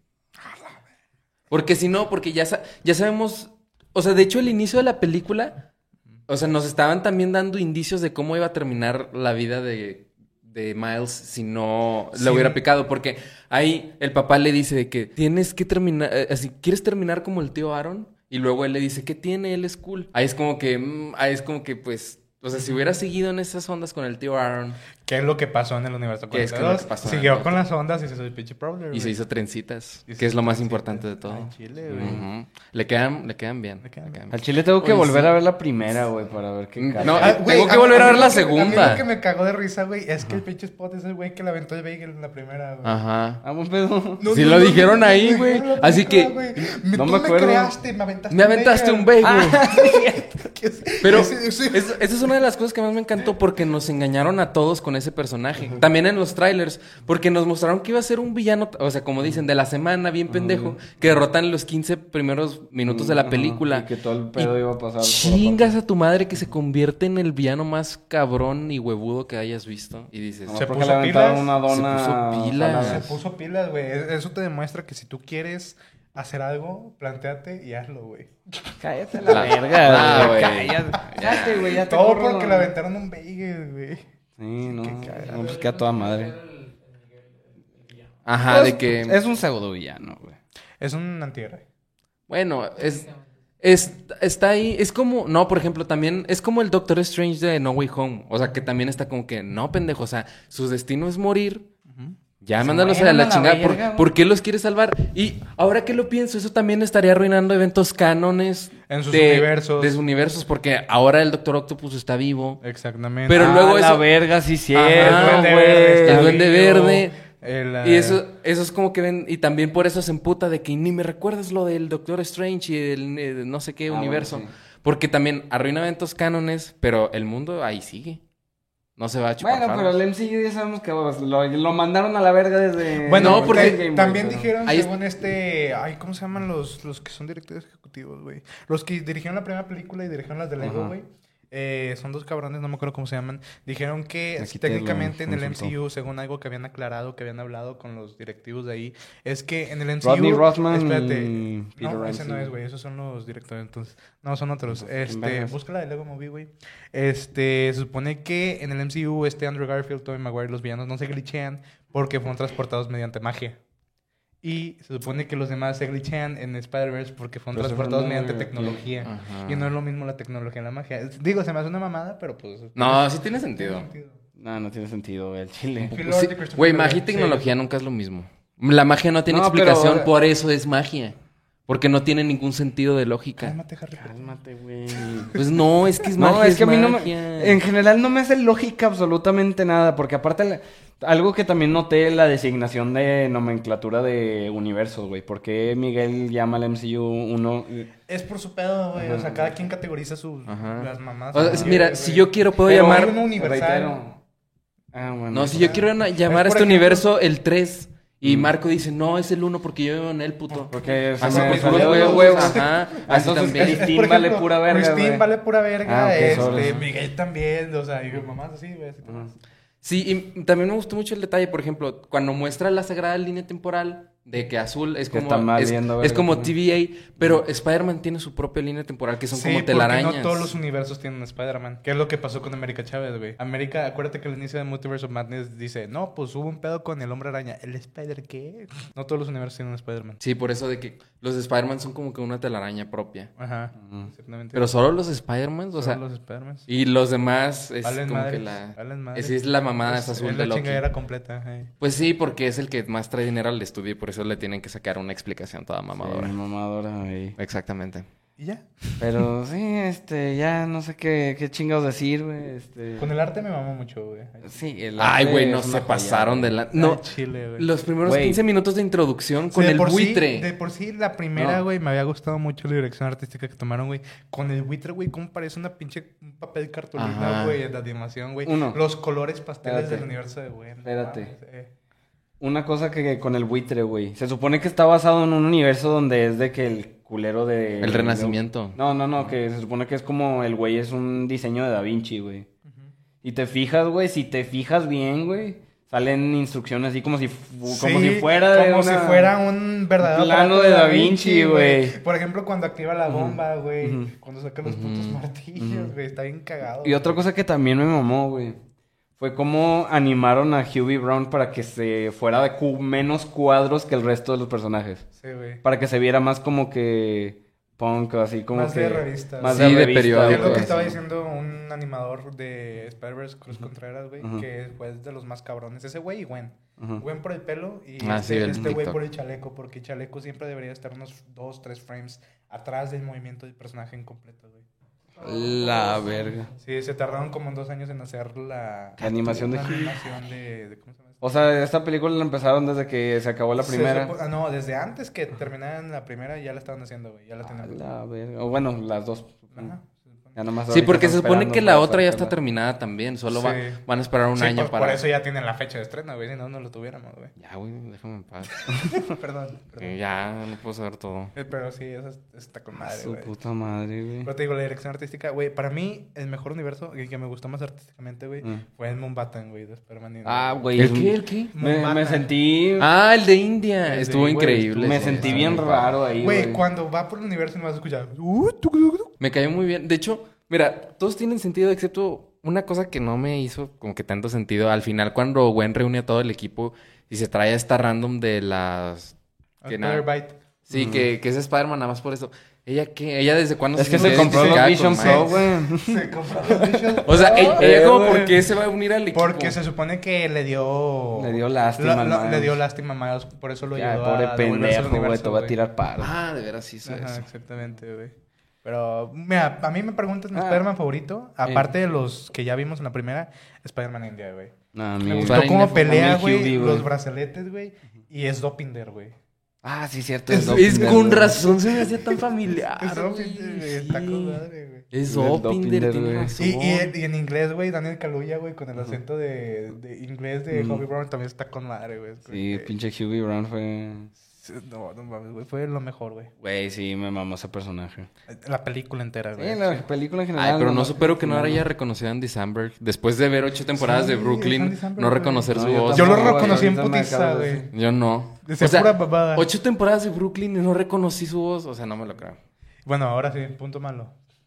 Porque si no, porque ya sabemos... O sea, de hecho, el inicio de la película... O sea, nos estaban también dando indicios de cómo iba a terminar la vida de Miles si no Sí. le hubiera picado. Porque ahí el papá le dice de que tienes que terminar... así, ¿quieres terminar como el tío Aaron? Y luego él le dice, ¿qué tiene? Él es cool. Ahí es como que, pues... O sea, si hubiera seguido en esas ondas con el tío Aaron ¿Qué es lo que pasó en el universo ¿Qué es 42? lo que pasó en Siguió el con las ondas y se hizo el pinche Prowler, y güey. se hizo trencitas, Y se que es hizo lo más trencitas. importante de todo. Ay, chile, güey. Ujú. Le quedan bien. Le quedan bien. Al chile tengo que Oye, volver sí. a ver la primera, güey, para ver qué Mm, cae. no, Ah, güey, tengo que volver a ver mí la lo que- A mí segunda. lo que me cagó de risa, güey, es que el pinche Spot es el güey que le aventó el bagel en la primera, güey. Ajá. Ah, buen pedo. No, Sí no, lo no, dijeron no, ahí, no, güey. dijeron en la Así película, que- güey. no Tú me acuerdo. creaste, me aventaste Me aventaste un bagel. Ah, Pero Esa es una de las cosas que más me encantó porque nos engañaron a todos con ese personaje. También en los trailers, porque nos mostraron que iba a ser un villano, o sea, como dicen, de la semana, bien pendejo, que derrotan en los 15 primeros minutos de la película. Y que todo el pedo iba a pasar. Chingas a tu madre que se convierte en el villano más cabrón y huevudo que hayas visto. Y dices, No, Se porque puso le aventaron pilas, una dona. se puso pilas. salada. Se puso pilas, güey. Eso te demuestra que si tú quieres hacer algo, plantéate y hazlo, güey. Cállate la verga, güey. Cállate, güey. Ya te Todo corro. porque le aventaron un bagel, güey. Sí, no. Qué cagado. No, pues queda toda madre. ajá, Pues, de que... Es un pseudo villano, güey. Es un antihéroe. Bueno, está ahí, es como, no, por ejemplo, también es como el Doctor Strange de No Way Home, o sea, que también está como que, no, pendejo, o sea, su destino es morir, ya Se mándalos a mueran la a la chingada, verga, güey. ¿por qué los quieres salvar? Y ahora que lo pienso, eso también estaría arruinando eventos cánones En sus universos. de sus universos, porque ahora el Doctor Octopus está vivo, Exactamente. Pero luego la eso- verga, sí, Ajá, cierto, el Duende güey. Verde está el Duende vivo, Verde. el, Y eso es como que ven, y también por eso se emputa de que ni me recuerdas lo del Doctor Strange y el no sé qué universo. bueno, sí. Porque también arruina eventos cánones, pero el mundo ahí sigue. No se va a chupar Bueno, pero faros. el MCU ya sabemos que pues, lo mandaron a la verga desde... Bueno, No, porque Endgame, güey, también pero- dijeron, Ahí es- según ay, ¿cómo se llaman los que son directores ejecutivos, güey? Los que dirigieron la primera película y dirigieron las de Lego, Ajá. güey. Son dos cabrones, no me acuerdo cómo se llaman. Dijeron que Aquí te técnicamente en lo el consultó. MCU, según algo que habían aclarado, que habían hablado con los directivos de ahí, es que en el MCU... Rodney Rothman espérate. y Peter No, ese Ramsey. no es, güey. Esos son los directores, entonces. No, son otros. ¿quién vergas? Busca la de Lego Movie, güey. Se supone que en el MCU, Andrew Garfield, Tobey Maguire, los villanos no se glitchean porque fueron transportados mediante magia. Y se supone que los demás se glitchean en Spider-Verse porque fueron Pero se transportados fueron mediante de- tecnología. Ajá. Y no es lo mismo la tecnología y la magia. Digo, se me hace una mamada, pero pues... No, sí tiene tiene sentido. sentido. No tiene sentido, güey, el chile. Phil Lord Sí, de Christopher güey, Nolan. magia y Sí. tecnología nunca es lo mismo. La magia no tiene No, explicación, pero- por eso es magia. Porque no tiene ningún sentido de lógica. Cálmate, Harry Potter. Cálmate, güey. Pues no, es que es No, magia. es que a mí no me... magia. En general no me hace lógica absolutamente nada, porque aparte algo que también noté la designación de nomenclatura de universos, güey. ¿Por qué Miguel llama al MCU uno? Es por su pedo, güey. O sea, cada quien categoriza sus... Ajá. Las mamadas. O sea, que quiere, mira, güey. si yo quiero, puedo Pero llamar... hay uno universal. Reitero. Ah, bueno. No, si yo quiero llamar a por este ejemplo- universo el 3 y Marco dice, no, es el 1 porque yo vivo en él, puto. Porque se Así me por salió puros de huevos. huevos. Ajá, así Entonces, también. Christine Por vale ejemplo, pura verga, Christine güey. vale pura verga. Ah, ok, sorry. Miguel también. O sea, y mamás así, güey. así. Sí, y también me gustó mucho el detalle, por ejemplo, cuando muestra la sagrada línea temporal de que azul es Que como está mal es, viendo, es verga, como también. TVA, pero Spider-Man tiene su propia línea temporal que son Sí, como porque telarañas. no todos los universos tienen un Spider-Man. ¿Qué es lo que pasó con América Chávez, güey? América, acuérdate que al inicio de Multiverse of Madness dice, no, pues hubo un pedo con el Hombre Araña. ¿El Spider qué? No todos los universos tienen un Spider-Man. Sí, por eso de que los Spider-Man son como que una telaraña propia. Ajá. Exactamente. Pero solo los Spider-Man, o Solo sea, los Spider-Man. y los demás es Valen como madres, que la... valen madres. Sí, es la mamada, es Es azul la de Loki. chingadera completa. Pues sí, porque es el que más trae dinero al estudio y por eso le tienen que sacar una explicación toda mamadora. Sí, mamadora, güey. Exactamente. Y ya. Pero sí, ya no sé qué chingados decir, güey. Con el arte me mamó mucho, güey. Sí, el Ay, arte güey, no es una se joya, pasaron güey. de la... No, Ay, chile, güey. los primeros Güey. 15 minutos de introducción con Sí, de el por sí- buitre. de por sí, la primera, No. güey, me había gustado mucho la dirección artística que tomaron, güey. Con el buitre, güey, cómo parece un papel cartulina, Ajá. güey, en la animación, güey. Uno. Los colores pasteles Espérate. del universo de güey. no Espérate. mames, Una cosa que con el buitre, güey. Se supone que está basado en un universo donde es de que el culero de... El Renacimiento. No, que se supone que es como el güey es un diseño de Da Vinci, güey. Y te fijas, güey, si te fijas bien, güey, salen instrucciones así como si Sí, fuera de como una- si fuera un verdadero plano aparato de Da Vinci, güey. Por ejemplo, cuando activa la bomba, güey. Ujú. Cuando saca los putos martillos, güey. Está bien cagado. Y otra cosa que también me mamó, güey, fue cómo animaron a Hubie Brown para que se fuera de menos cuadros que el resto de los personajes. Sí, güey. Para que se viera más como que punk, así como Más que... de revista. Más Sí, de de revista, periódico. Es lo güey. que estaba diciendo un animador de Spider-Verse, Cruz Contreras, güey, Ujú. que fue de los más cabrones. Ese güey y Gwen. Ujú. Gwen por el pelo y Ah, sí, el este güey TikTok. por el chaleco, porque el chaleco siempre debería estar unos 2-3 frames atrás del movimiento del personaje en completo, güey. La verga. Sí, se tardaron como 2 años en hacer la Animación de la Hugh. animación de ¿cómo se llama? O sea, esta película la empezaron desde que se acabó la primera. No, desde antes que terminaran la primera ya la estaban haciendo, güey. Ya la A tenían. la verga. O bueno, las dos. Ajá, se supone. Ya nomás Sí, ahorita porque se están supone esperando que la para otra ya está sacarla. terminada también. Solo Sí. van a esperar un Sí, año pues, para... por eso ya tienen la fecha de estreno, güey. Si no, no lo tuviéramos, güey. Ya, güey, déjame en paz. Perdón. Ya, no puedo saber todo. Pero sí, eso está con madre, Su güey. puta madre, güey. Pero te digo, la dirección artística, güey, para mí, el mejor universo, el que me gustó más artísticamente, güey, fue el Mountbatten, güey, de Spider-Man. Güey. ¿El qué? ¿El qué? Me Mountbatten. sentí... Ah, el de India. El de- Estuvo güey, increíble. Me sí, sentí está bien muy raro ahí, Güey, güey. cuando va por el universo no vas a escuchar. Me cayó muy bien. De hecho, mira, todos tienen sentido excepto una cosa que no me hizo como que tanto sentido. Al final, cuando Gwen reúne a todo el equipo y se trae a esta random de las... que nada- Spider-Bite. Sí, que es Spider-Man nada más por eso. ¿Ella qué? ¿Ella desde cuándo Es que se sentía compró los identificada Vision con Pro, Miles? güey. Se compró los Vision O sea, Pro. ella como güey. por qué se va a unir al equipo. Porque se supone que le dio... Le dio lástima al Miles. Le dio lástima a Miles, por eso lo Ya, ayudó pobre a devolverse al pendejo, güey. universo, Te va a güey. tirar paro. Ah, de veras sí hizo Ajá, eso. exactamente, güey. Pero, mira, a mí me preguntas mi Ah. Spider-Man favorito, aparte de los que ya vimos en la primera, Spider-Man India, güey. No, a Me mí... gustó Spider-Man cómo India fue pelea, muy güey, Hughie, los brazaletes, güey, y es Dopinder, güey. Ah, sí, cierto. Es Dopinder, con güey. razón se me hacía tan familiar. Es güey, Dopinder, güey, está sí. con madre, güey. Es Es Dopinder, Dopinder, tiene güey. razón. Y en inglés, güey, Daniel Kaluuya, güey, con el acento de inglés de Hobie Brown también está con madre, güey. Es Sí, que- pinche Hughie Brown fue... No, no mames, güey, fue lo mejor, güey. Güey, sí, me mamó ese personaje. La película entera, güey. Sí, la película en general. Ay, pero no me- supero que no haya reconocido a Andy Samberg. Después de ver 8 temporadas Sí, de es Brooklyn, Andy Samberg, no güey. reconocer No, su yo voz. Yo lo tampoco, reconocí en ahorita me putiza, acabas de güey. decir. Yo no. Decía pura babada. 8 temporadas de Brooklyn y no reconocí su voz. O sea, no me lo creo. Bueno, ahora sí, punto malo.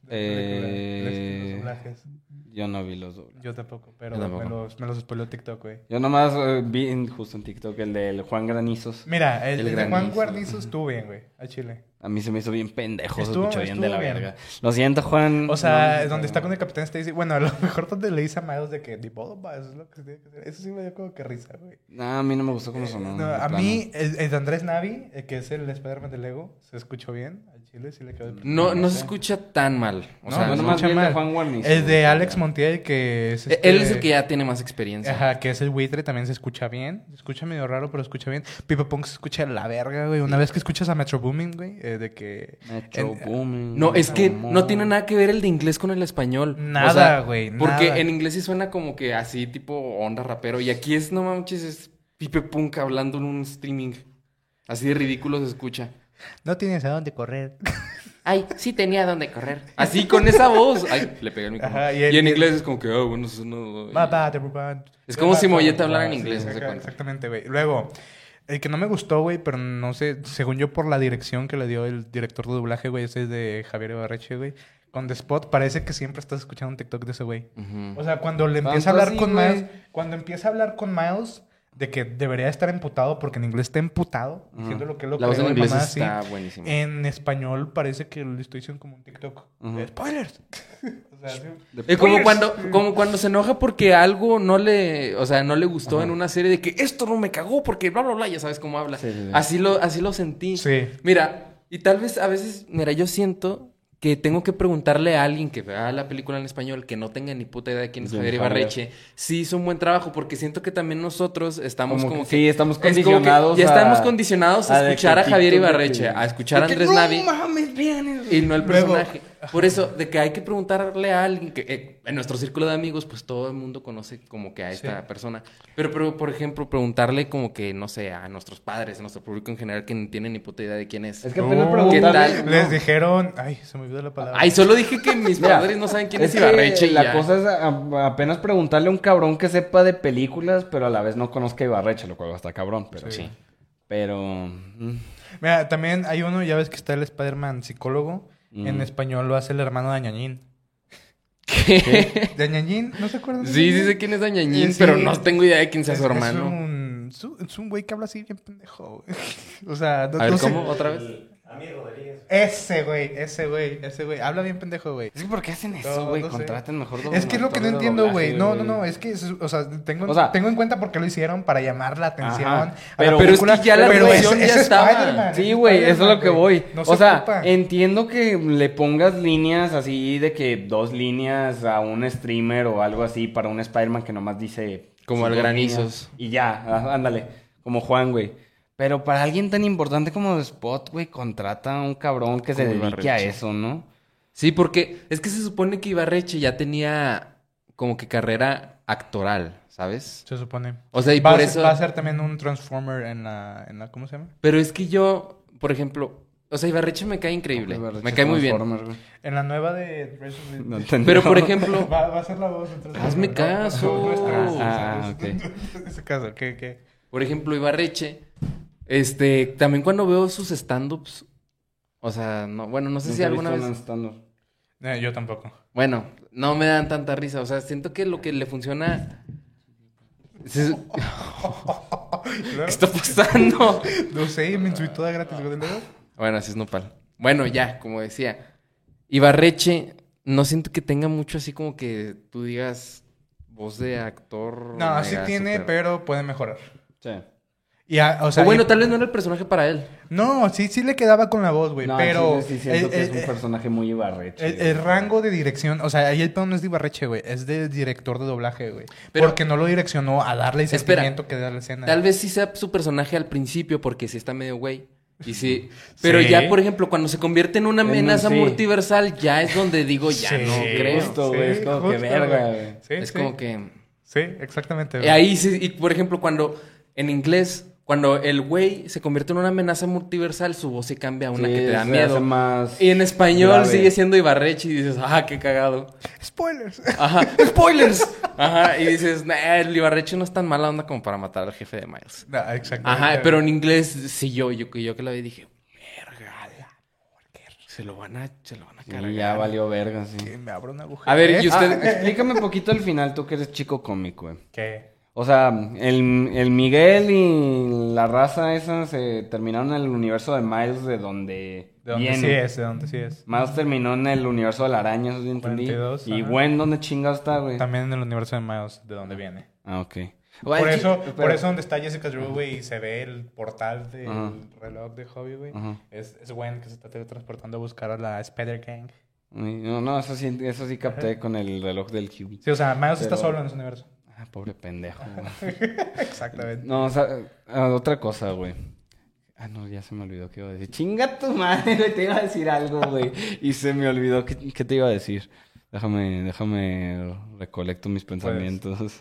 Eh, Los doblajes. Yo no vi los dobles. Yo tampoco, pero Yo tampoco. me los spoiló TikTok, güey. Yo nomás vi justo en TikTok el del Juan Granizos. Mira, el de Juan Granizo. Guarnizo estuvo bien, güey, a Chile. A mí se me hizo bien pendejo, se Estuvo- escuchó bien de la estuvo bien. verga. Lo siento, Juan. O sea, No, donde está con el Capitán Stacy, bueno, a lo mejor donde le dice a Miles de que Diboba, eso es lo que se tiene que hacer. Eso sí me dio como que risa, güey. No, a mí no me gustó cómo sonó. No, de a plano. mí, el de Andrés Navi, que es el Spider-Man de Lego, se escuchó bien. Al Chile sí le quedó el No se escucha tan mal. O No, sea, Yo no nomás escucha vi el de mal. Juan Guarnizo. El de Alex Montiel, que es él es el que ya tiene más experiencia. Ajá, que es el buitre, también se escucha bien. Se escucha medio raro, pero escucha bien. Pipe Pong se escucha de la verga, güey. Una vez que escuchas a Metro Booming, güey, de que... Metro Booming. No, es que Amor. no tiene nada que ver el de inglés con el español. Nada, O sea, güey, Porque nada. en inglés sí suena como que así, tipo onda rapero. Y aquí es, no manches, es Pipe Punk hablando en un streaming. Así de ridículo se escucha. No tienes a dónde correr. Ay, sí tenía dónde correr. Así, con esa voz. Ay, le pegué el micrófono. Ajá, y, y en el- inglés es como que, bueno, eso no... Es como Bye, si bye, Mollete bye, hablara en bye. inglés, Sí, haz de cuenta. exactamente, güey. Luego, el que no me gustó, güey, pero no sé, según yo por la dirección que le dio el director de doblaje, güey, ese es de Javier Ibarreche, güey. Con The Spot parece que siempre estás escuchando un TikTok de ese güey. Ujú. O sea, cuando le Tanto empieza a hablar así, con güey. Miles, cuando empieza a hablar con Miles de que debería estar emputado porque en inglés está emputado, diciendo lo que es lo La voz creo en y inglés mamá así. está buenísima. En español parece que lo estoy diciendo como un TikTok. Ujú. ¡Spoilers! O sea, sí. Como Spoilers. cuando se enoja porque algo no le, o sea, no le gustó en una serie de que esto no me cagó porque bla, bla, bla, ya sabes cómo habla. Sí, sí, sí. Así lo sentí. Sí. Mira, y tal vez a veces, mira, yo siento que tengo que preguntarle a alguien que vea la película en español, que no tenga ni puta idea de quién es Bien, Javier Javier. Ibarreche, si hizo un buen trabajo, porque siento que también nosotros estamos como que... Sí, estamos es como que condicionados ya a- estamos condicionados a de escuchar que a Javier TikTok de Ibarreche, que- a escuchar a de que Andrés no Navi. mames, vienes. Y no el Luego- personaje. Por eso, de que hay que preguntarle a alguien que en nuestro círculo de amigos, pues todo el mundo conoce como que a esta Sí. persona. Pero, por ejemplo, preguntarle como que, no sé, a nuestros padres, a nuestro público en general, que no tienen ni puta idea de quién es. Es que apenas Oh, preguntarle... ¿qué tal? Les dijeron... Ay, se me olvidó la palabra. Ay, solo dije que mis Mira, padres no saben quién es que Ibarreche y la ya. cosa es apenas preguntarle a un cabrón que sepa de películas, pero a la vez no conozca a Ibarreche, lo cual va a estar cabrón, pero Sí. Pero... Mira, también hay uno, ya ves que está el Spider-Man psicólogo. En español lo hace el hermano de Añañín. ¿Qué? ¿De Añañín? ¿No se acuerdan? de Sí, sí Añañín? sé quién es Dañañín, Sí. pero no tengo idea de quién sea su Es hermano. es un güey que habla así bien pendejo, güey. O sea, no, A ver, no sé. ¿cómo? ¿Otra vez? Ese güey. Habla bien pendejo, güey. Es que ¿por qué hacen eso, No, güey? no sé. Contraten mejor Es que es lo que no actor de entiendo, doblaje, güey. No. Es que, o sea, tengo O sea- tengo en cuenta por qué lo hicieron para llamar la atención. Ajá. a la Pero película, es que ya la pero atención es ya estaba. Spider-Man, Sí, es güey, eso es Spider-Man, lo que güey. voy. No O se sea, ocupa. entiendo que le pongas líneas así de que 2 líneas a un streamer o algo así para un Spider-Man que nomás dice... Como el 5 Granizos. líneas Y ya, ándale, como Juan, güey. Pero para alguien tan importante como Spot, güey, contrata a un cabrón que se Como dedique a Ibarreche. eso, ¿no? Sí, porque es que se supone que Ibarreche ya tenía como que carrera actoral, ¿sabes? Se supone. O sea, y Va por a, eso... va a ser también un Transformer en la ¿cómo se llama? Pero es que yo, por ejemplo... O sea, Ibarreche me cae increíble. Ibarreche Me cae muy bien. Transformer, güey. En la nueva de Resident Evil. No entendí. Pero, por ejemplo... Va a ser la voz. Entonces, Hazme caso. Ah, ok. En ese caso, ¿qué? Por ejemplo, Ibarreche... también cuando veo sus stand-ups... O sea, no... Bueno, no sé si Nunca he alguna visto vez... un stand-up. Yo tampoco. Bueno, no me dan tanta risa. O sea, siento que lo que le funciona... ¿Qué está pasando? No sé, me insubí toda gratis. ¿Con el dedo? Bueno, así es nopal. Bueno, ya, como decía. Ibarreche, no siento que tenga mucho así como que tú digas voz de actor. No, sí mega tiene, super. pero puede mejorar. Sí. Y, o sea, O bueno, tal vez no era el personaje para él. No, sí le quedaba con la voz, güey. No, pero sí siento que es un personaje muy Ibarreche. el rango de dirección, o sea, ahí el pedo no es de Ibarreche, güey. Es del director de doblaje, güey. Pero- Porque no lo direccionó a darle el Espera. sentimiento que da la escena. Tal vez sí sea su personaje al principio, porque sí está medio güey. Y sí. Pero Sí. ya, por ejemplo, cuando se convierte en una amenaza sí. multiversal, ya es donde digo, ya Sí, no creo. Justo, güey, es como que justo, verga, güey. güey. Sí, Es sí. como que... Sí, exactamente. güey. Ahí sí, y por ejemplo, cuando en inglés, cuando el güey se convierte en una amenaza multiversal, su voz se cambia a una Sí, que te da se miedo. hace más Y en español grave. sigue siendo Ibarreche y dices, ah, qué cagado. Spoilers. Ajá, spoilers. Ajá, y dices, nah, el Ibarreche no es tan mala onda como para matar al jefe de Miles. No, exactamente. Ajá, pero en inglés, sí, yo que la vi dije, verga, se lo van a cargar. Y ya valió verga, sí. Que me abro un agujero. A ver, y usted... Explícame un poquito el final, tú que eres chico cómico, güey. ¿Qué? O sea, el Miguel y la raza esa se terminaron en el universo de Miles de donde De dónde viene. sí es, de dónde sí es. Miles terminó en el universo de la araña, eso sí entendí. 42, Y ajá. Gwen, ¿dónde chingados está, güey? También en el universo de Miles, de dónde viene. Ah, ok. Por eso donde está Jessica Drew, güey, y se ve el portal del Ajá. reloj de Hobby, güey. Ajá. Es Gwen que se está teletransportando a buscar a la Spider Gang. No, eso sí capté con el reloj del QB. Sí, o sea, Miles está Pero- solo en ese universo. Ah, pobre pendejo, güey. Exactamente. No, o sea, otra cosa, güey. Ah, no, ya se me olvidó qué iba a decir. Chinga tu madre, güey, te iba a decir algo, güey. Y se me olvidó qué te iba a decir. Déjame recolecto mis pensamientos.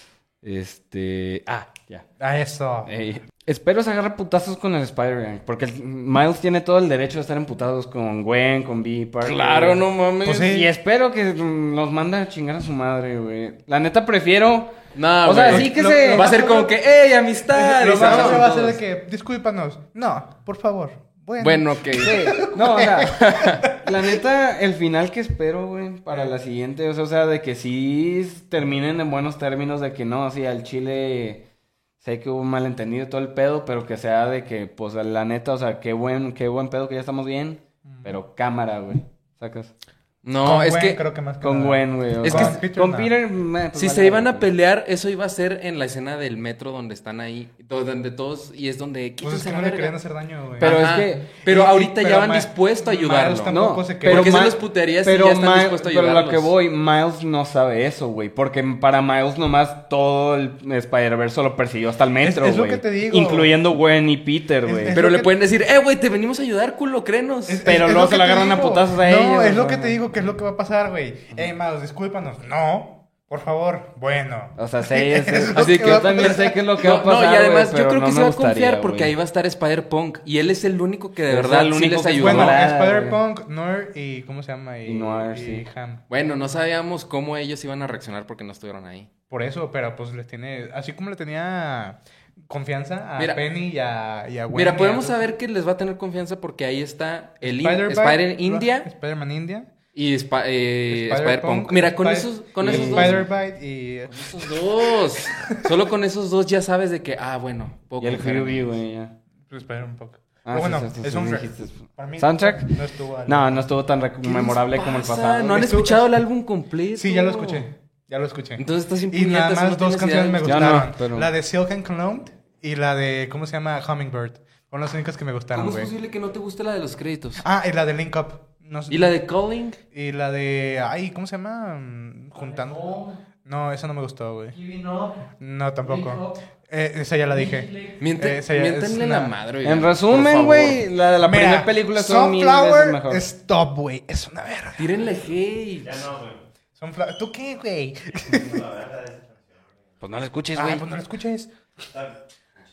Ya. Ah, eso. Espero se agarre putazos con el Spider-Man. Porque Miles tiene todo el derecho de estar emputados con Gwen, con B. Parker. Claro, no mames. Pues sí. Y espero que nos mande a chingar a su madre, güey. La neta prefiero... No, o sea, güey. sí que se... Va a ser como que, ¡ey, amistad! Lo Y se más abraman que va a ser todos. de que, discúlpanos. No, por favor. Bueno, ok. Sí, no, o sea, la neta, el final que espero, güey, para la siguiente, o sea, de que sí terminen en buenos términos, de que no, sí, al Chile sé que hubo un malentendido y todo el pedo, pero que sea de que, pues, la neta, o sea, qué buen pedo que ya estamos bien, pero cámara, güey, ¿sacas? No, Con es Gwen, que... creo que más que Con nada. Gwen, güey. o Es sea, que con no. Peter, pues, Si vale se iban verga, a pelear, eso iba a ser en la escena del metro donde están ahí, donde todos, y es donde... Pues es que "Quítense no la le verga". querían hacer daño, güey. Pero Ajá. es que- Pero y- ahorita pero ya van Ma- dispuestos a Miles ayudarlo. tampoco No, se pero quedó. ¿por qué se Ma- los putearías si ya están dispuestos a pero lo ayudarlos? que voy, Miles no sabe eso, güey. Porque para Miles nomás todo el Spider-Verse lo persiguió hasta el metro, Es lo güey. que te digo. Incluyendo Gwen y Peter, Es- güey. es Pero lo le que- pueden decir, güey, te venimos a ayudar, culo, créenos. Pero Es luego lo se que la te agarran a digo. putazos a No, ellos, es lo o que sea. te digo, que es lo que va a pasar, güey. Miles, discúlpanos. No, por favor. Bueno. O sea, sí, Es lo Así que que va yo a también pasar. sé qué es lo que va a No, pasar, y además güey, yo pero creo no que se me va a gustaría, confiar porque güey. ahí va a estar Spider-Punk. Y él es el único que de Es verdad el sí único les que es ayuda. Bueno, camarada, Spider-Punk, Noir y... ¿Cómo se llama? Y Noir, sí. Ham. Bueno, no sabíamos cómo ellos iban a reaccionar porque no estuvieron ahí. Por eso, pero pues les tiene... Así como le tenía confianza a Mira. Penny y a Gwen. Mira, y podemos a- saber que les va a tener confianza porque ahí está el Spider-Bite, Spider-India Spider-Man India. y Spider-Punk. Mira, con esos dos. Spider-Bite y... Esos dos. Solo con esos dos ya sabes de que, bueno, puedo Y el confiar en Hubie, ellos. güey, ya. Spider-Punk. Ah, Pero bueno, sí, es sí, un... sí, dijiste. Para mí, ¿Soundtrack? No estuvo... al- No estuvo tan ¿Qué memorable les como el pasa? pasado. ¿No han Estuvo- escuchado el álbum completo? Sí, ya lo escuché. Ya lo escuché. Entonces estás sin Y nada puñetas, más no dos tienes idea canciones me de- Ya no, gustaron. pero- La de Silk and Cloned y la de... ¿Cómo se llama? Hummingbird. Fueron las únicas que me gustaron, ¿Cómo es güey. posible que no te guste la de los créditos? Ah, y la de Link Up. No sé- ¿Y la de Calling? Y la de... Ay, ¿cómo se llama? Juntando... No, esa no me gustó, güey. Giving Up. No, tampoco. Esa ya la dije. Miéntenle es la una- madre. En por resumen, favor. güey, la de la Mira, primera película son mil veces Sunflower mejor. es top, güey. Es una verga. Tírenle hate. Ya no, güey. Sunflower... ¿Tú qué, güey? La verdad de esa canción. Pues no la escuches, Ah, güey. pues no lo escuches. Está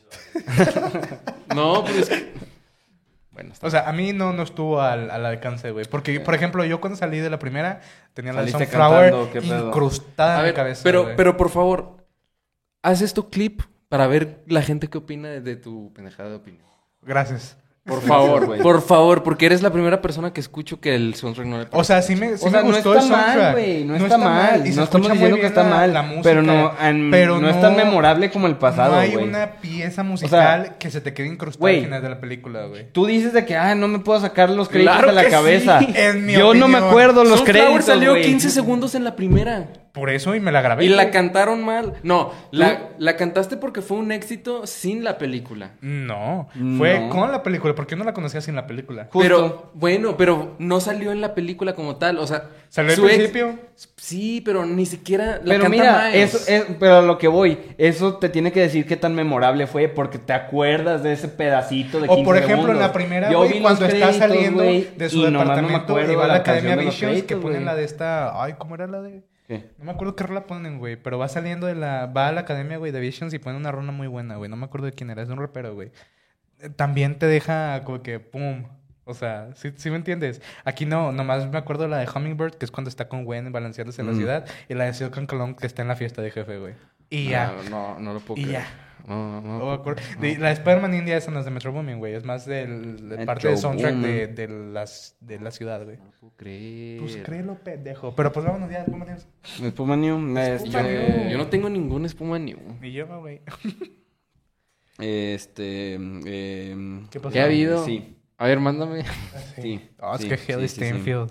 No, pero es que... Bueno, está O sea, a mí no estuvo al alcance, güey. Porque, por ejemplo, yo cuando salí de la primera tenía la de Saliste Sunflower cantando, ¿qué pedo? incrustada A en ver, mi cabeza, pero, güey. pero por favor, haz esto clip para ver la gente qué opina de tu pendejada de opinión. Gracias. Por güey. favor, porque eres la primera persona que escucho que el soundtrack no le parece. O sea, sí me O sea, no gustó está el mal, soundtrack. güey. No está mal. y se No estamos escucha muy diciendo que bien está mal. la música, pero pero no es tan memorable como el pasado, No güey. hay una pieza musical sea, que se te quede incrustada güey, al final de la película, güey. Tú dices de que, no me puedo sacar los créditos Claro de la que cabeza. sí. En mi Yo no me opinión. acuerdo los Sunflower créditos, salió güey. 15 segundos en la primera. Por eso y me la grabé. Y la güey. cantaron mal. No, la cantaste porque fue un éxito sin la película. No, fue No. con la película, porque yo no la conocía sin la película. Justo. Pero, bueno, pero no salió en la película como tal. O sea, ¿Salió al su ex- principio? Sí, pero ni siquiera la Pero canta mira, Miles. eso es, pero a lo que voy, eso te tiene que decir qué tan memorable fue porque te acuerdas de ese pedacito de 15 O por ejemplo, en segundos. la primera, Yo güey, vi cuando los está créditos, saliendo güey, de su y nomás no me departamento acuerdo y va a de la Academia canción de los Visions, que créditos, ponen güey. la de esta... Ay, ¿cómo era la de...? ¿Qué? No me acuerdo qué rola ponen, güey, pero va saliendo de la... Va a la Academia, güey, de Visions y ponen una rola muy buena, güey. No me acuerdo de quién era, es de un rapero, güey. También te deja como que, pum... O sea, ¿sí me entiendes? Aquí no, nomás me acuerdo de la de Hummingbird, que es cuando está con Gwen balanceándose en la ciudad, y la de Silk Cologne, que está en la fiesta de jefe, güey. Y ya. No lo puedo Y creer. ya. No, No me acuerdo. La de Spider-Man India esa no es de Metro Boomin, güey. Es más de parte del soundtrack Boomin. de la ciudad, güey. No puedo creer. Pues créelo, pendejo. Pero pues vámonos ya, vámonos. Espuma New, Espuma New. Yo no tengo ningún espuma new. Ni yo, güey. ¿Qué ¿Qué pasó? ¿Qué ha habido? Sí. A ver, mándame. Sí. Oh, es Sí, que sí, Haley sí, sí. Steinfeld.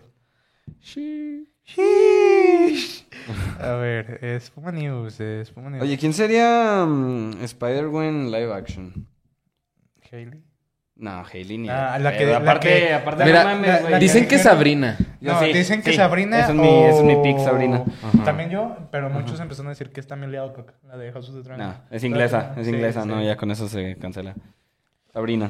A ver, Espuma News, Espuma News. Oye, ¿quién sería Spider-Gwen live action? Haley. No, Hailey ni. Ah, la que- Pero la aparte, que- aparte Mira, no mames, la- güey. la Dicen que que dijeron- Sabrina. Yo No, sí, dicen que sí. Sabrina Ese o... es mi pick, Sabrina. Ajá. También yo, pero muchos empezaron a decir que es Tammy Lee Alcock, la de House of the Dragon. No, es inglesa, Sí, es inglesa, sí. no, ya con eso se cancela. Sabrina.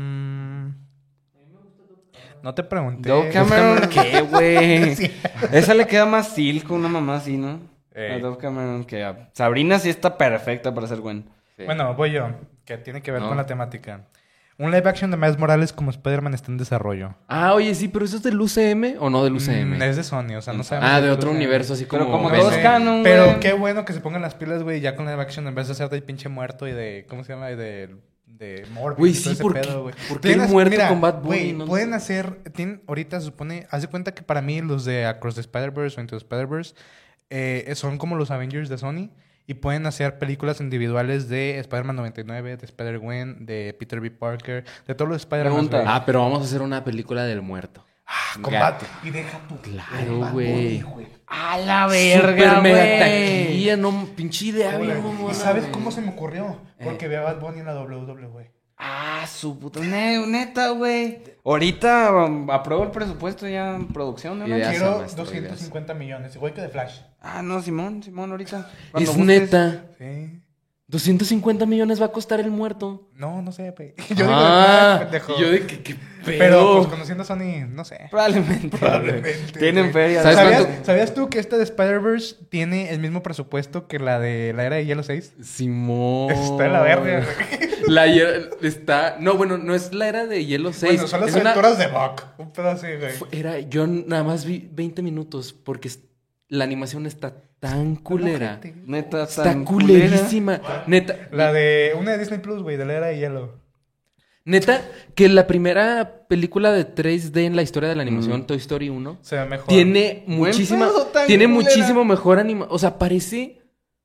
No te pregunté. Dove Cameron, ¿qué, güey? Sí. Esa le queda más silk, una mamá así, ¿no? Ey. A Dove Cameron, que a Sabrina sí está perfecta para ser Gwen. Sí. Bueno, voy yo, que tiene que ver No. con la temática. Un live action de Miles Morales como Spider-Man está en desarrollo. Ah, oye, sí, pero ¿eso es del UCM o no del UCM? Es de Sony, o sea, no sabemos. Ah, si de es otro UCM. universo, así como... Pero como No todos sé, canon, Pero güey. qué bueno que se pongan las pilas, güey, ya con live action en vez de hacer del pinche muerto y de... ¿Cómo se llama? Y de Morbius. Güey, y todo sí, ese ¿por qué? pedo, güey. ¿Por qué el muerto con Bad Bunny? Güey, No pueden sé. hacer... ahorita se supone... Haz de cuenta que para mí los de Across the Spider-Verse o Into the Spider-Verse son como los Avengers de Sony. Y pueden hacer películas individuales de Spider-Man 99, de Spider-Gwen, de Peter B. Parker, de todos los Spider-Man. Pregunta. güey. Ah, pero vamos a hacer una película del muerto. Combate. Y deja tu... Claro, güey. ¡A la Super mega taquilla, no, pinche idea Güey, bien mamona, ¿Y sabes güey. cómo se me ocurrió? Porque vi a Bad Bunny en la WWE, güey. Ah, su puta neta, güey. Ahorita apruebo el presupuesto ya en producción, ¿no? Ideas. Quiero maestro, 250 millones, igual que de Flash. Ah, no, Simón, ahorita. Cuando Es gustes. neta. Sí. 250 millones va a costar el muerto. No, no sé, güey. Yo digo de Ah, Flash, pendejo. y yo de que pedo. Pero, pues, conociendo a Sony, no sé. Probablemente. Probablemente, Tienen güey. feria. ¿Sabes ¿Sabías, cuánto? ¿Sabías tú que esta de Spider-Verse tiene el mismo presupuesto que la de la era de Hielo 6? Simón. Está en la verga, güey. Está... No, bueno, no es la era de Hielo 6. Bueno, son las es una- aventuras de Buck. Un pedo así, güey. Yo nada más vi 20 minutos porque la animación está tan culera. Ojete. Neta, Está tan culera. culerísima. Neta, La de una de Disney Plus, güey, de la era de Hielo. neta, que la primera película de 3D en la historia de la animación, Toy Story 1, Se ve mejor. tiene Buen muchísima... pedo, tan Tiene culera. muchísimo mejor animación. O sea, parece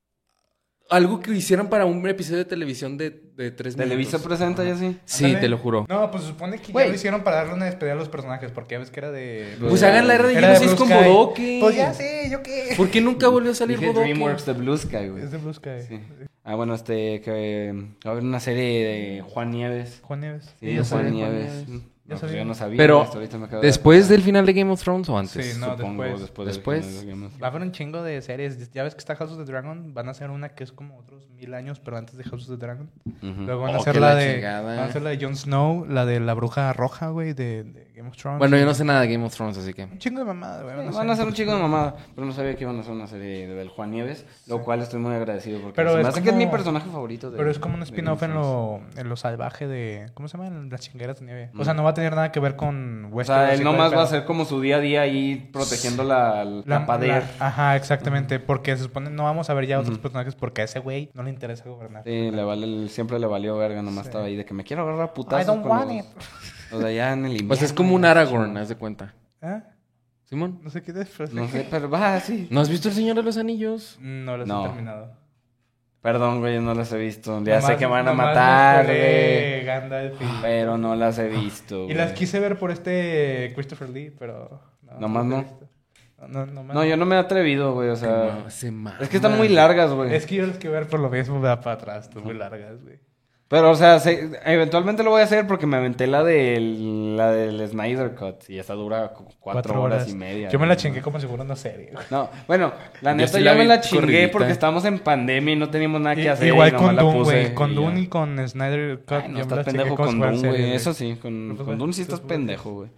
algo que hicieron para un episodio de televisión de 3 Televisa minutos. presenta ya sí. Sí, Ándale. te lo juro. No, pues se supone que Güey. ya lo hicieron para darle una despedida a los personajes, porque ya ves que era de... Pues hagan la era de Era Hielo de 6 Blue con Sky. Bodoque. Pues ya sé, ¿yo qué? ¿Por qué nunca volvió a salir Dije Bodoque? DreamWorks de Blue Sky, güey. Es de Blue Sky. Sí. Ah, bueno, que va a haber una serie de Juan Nieves. Juan Nieves. Sí, Sí, yo Juan sé, Nieves. Juan Nieves. Ya Pues sabía. yo no sabía. Pero, hasta ahorita me acabo de ¿después dar del cuenta. final de Game of Thrones o antes? Sí, no, Supongo, después. Después. del final de Game of Va a Thrones. haber un chingo de series. Ya ves que está House of the Dragon. Van a hacer una que es como otros 1000 años, pero antes de House of the Dragon. Ujú. Luego van a Oh, hacer que la la de. chingada. Van a hacer la de Jon Snow, la de la bruja roja, güey, de Game of Thrones. Bueno, yo no sé nada de Game of Thrones, así que... Un chingo de mamada, güey. Van a hacer un chico de mamada, pero no sabía que iban a hacer una serie del Juan Nieves, lo cual estoy muy agradecido porque Pero se me es hace que es mi como- personaje favorito. Pero es como un de spin-off Game of Thrones. en lo salvaje de... ¿Cómo se llama? En las chingueras de nieve. O sea, no va a tener nada que ver con O Westeros. sea, y él todo el nomás va a pedo. ser como su día a día ahí protegiendo la pader. Ajá, exactamente. Porque se supone no vamos a ver ya otros personajes porque a ese güey no le interesa gobernar. Sí, siempre le valió verga, nomás estaba ahí de que me quiero agarrar a I putazos don't con want los- it. O sea, ya en el invierno. Pues es como un Aragorn, haz de cuenta. ¿Ah? ¿Simón? No sé qué es, pero No sé, pero va, sí. ¿No has visto El Señor de los Anillos? No las No. he terminado. Perdón, güey, no las he visto. Ya sé Nomás- que van a nomás me matar, spoileé güey. Gandalf y... Pero no las he visto, Y las güey. quise ver por este Christopher Lee, pero... Nomás las he no. visto. Nomás No, yo no me he atrevido, güey, o sea... No, se mama. Es que están muy largas, güey. Es que yo las quiero ver por lo mismo, me da para atrás, están muy largas, güey. Pero, o sea, eventualmente lo voy a hacer porque me aventé la del Snyder Cut. Y esa dura como 4 horas y media. Yo me la güey. chingué como si fuera una serie, güey. No, bueno, la Yo neta sí yo la me vi la chingué corridita. porque estábamos en pandemia y no teníamos nada que hacer. Igual y nomás con la Dune, puse güey. Con y Dune ya. y con Snyder Cut. Ay, no, yo me estás la chingué pendejo como si con fueran Dune, güey. series, Eso sí, con Pero pues, Dune sí bueno, estás pues, pendejo, güey.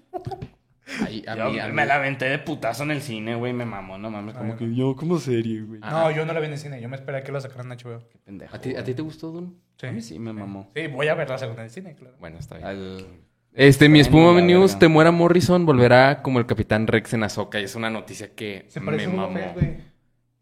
Ay, a Yo mí- me la aventé de putazo en el cine, güey. Me mamó, no mames. Como Ay, que yo, como serie, güey. No, yo no la vi en el cine. Yo me esperé a que la sacaran en HBO. Qué pendejo. ¿A ti te gustó, Dune? Sí. A mí sí me mamó. Sí, voy a ver la segunda en el cine, claro. Bueno, está bien. Al... Mi espuma Bueno, la news, verga. Temuera Morrison volverá como el Capitán Rex en Ahsoka. Y es una noticia que Se me parece a Boba mamó. Fett, güey.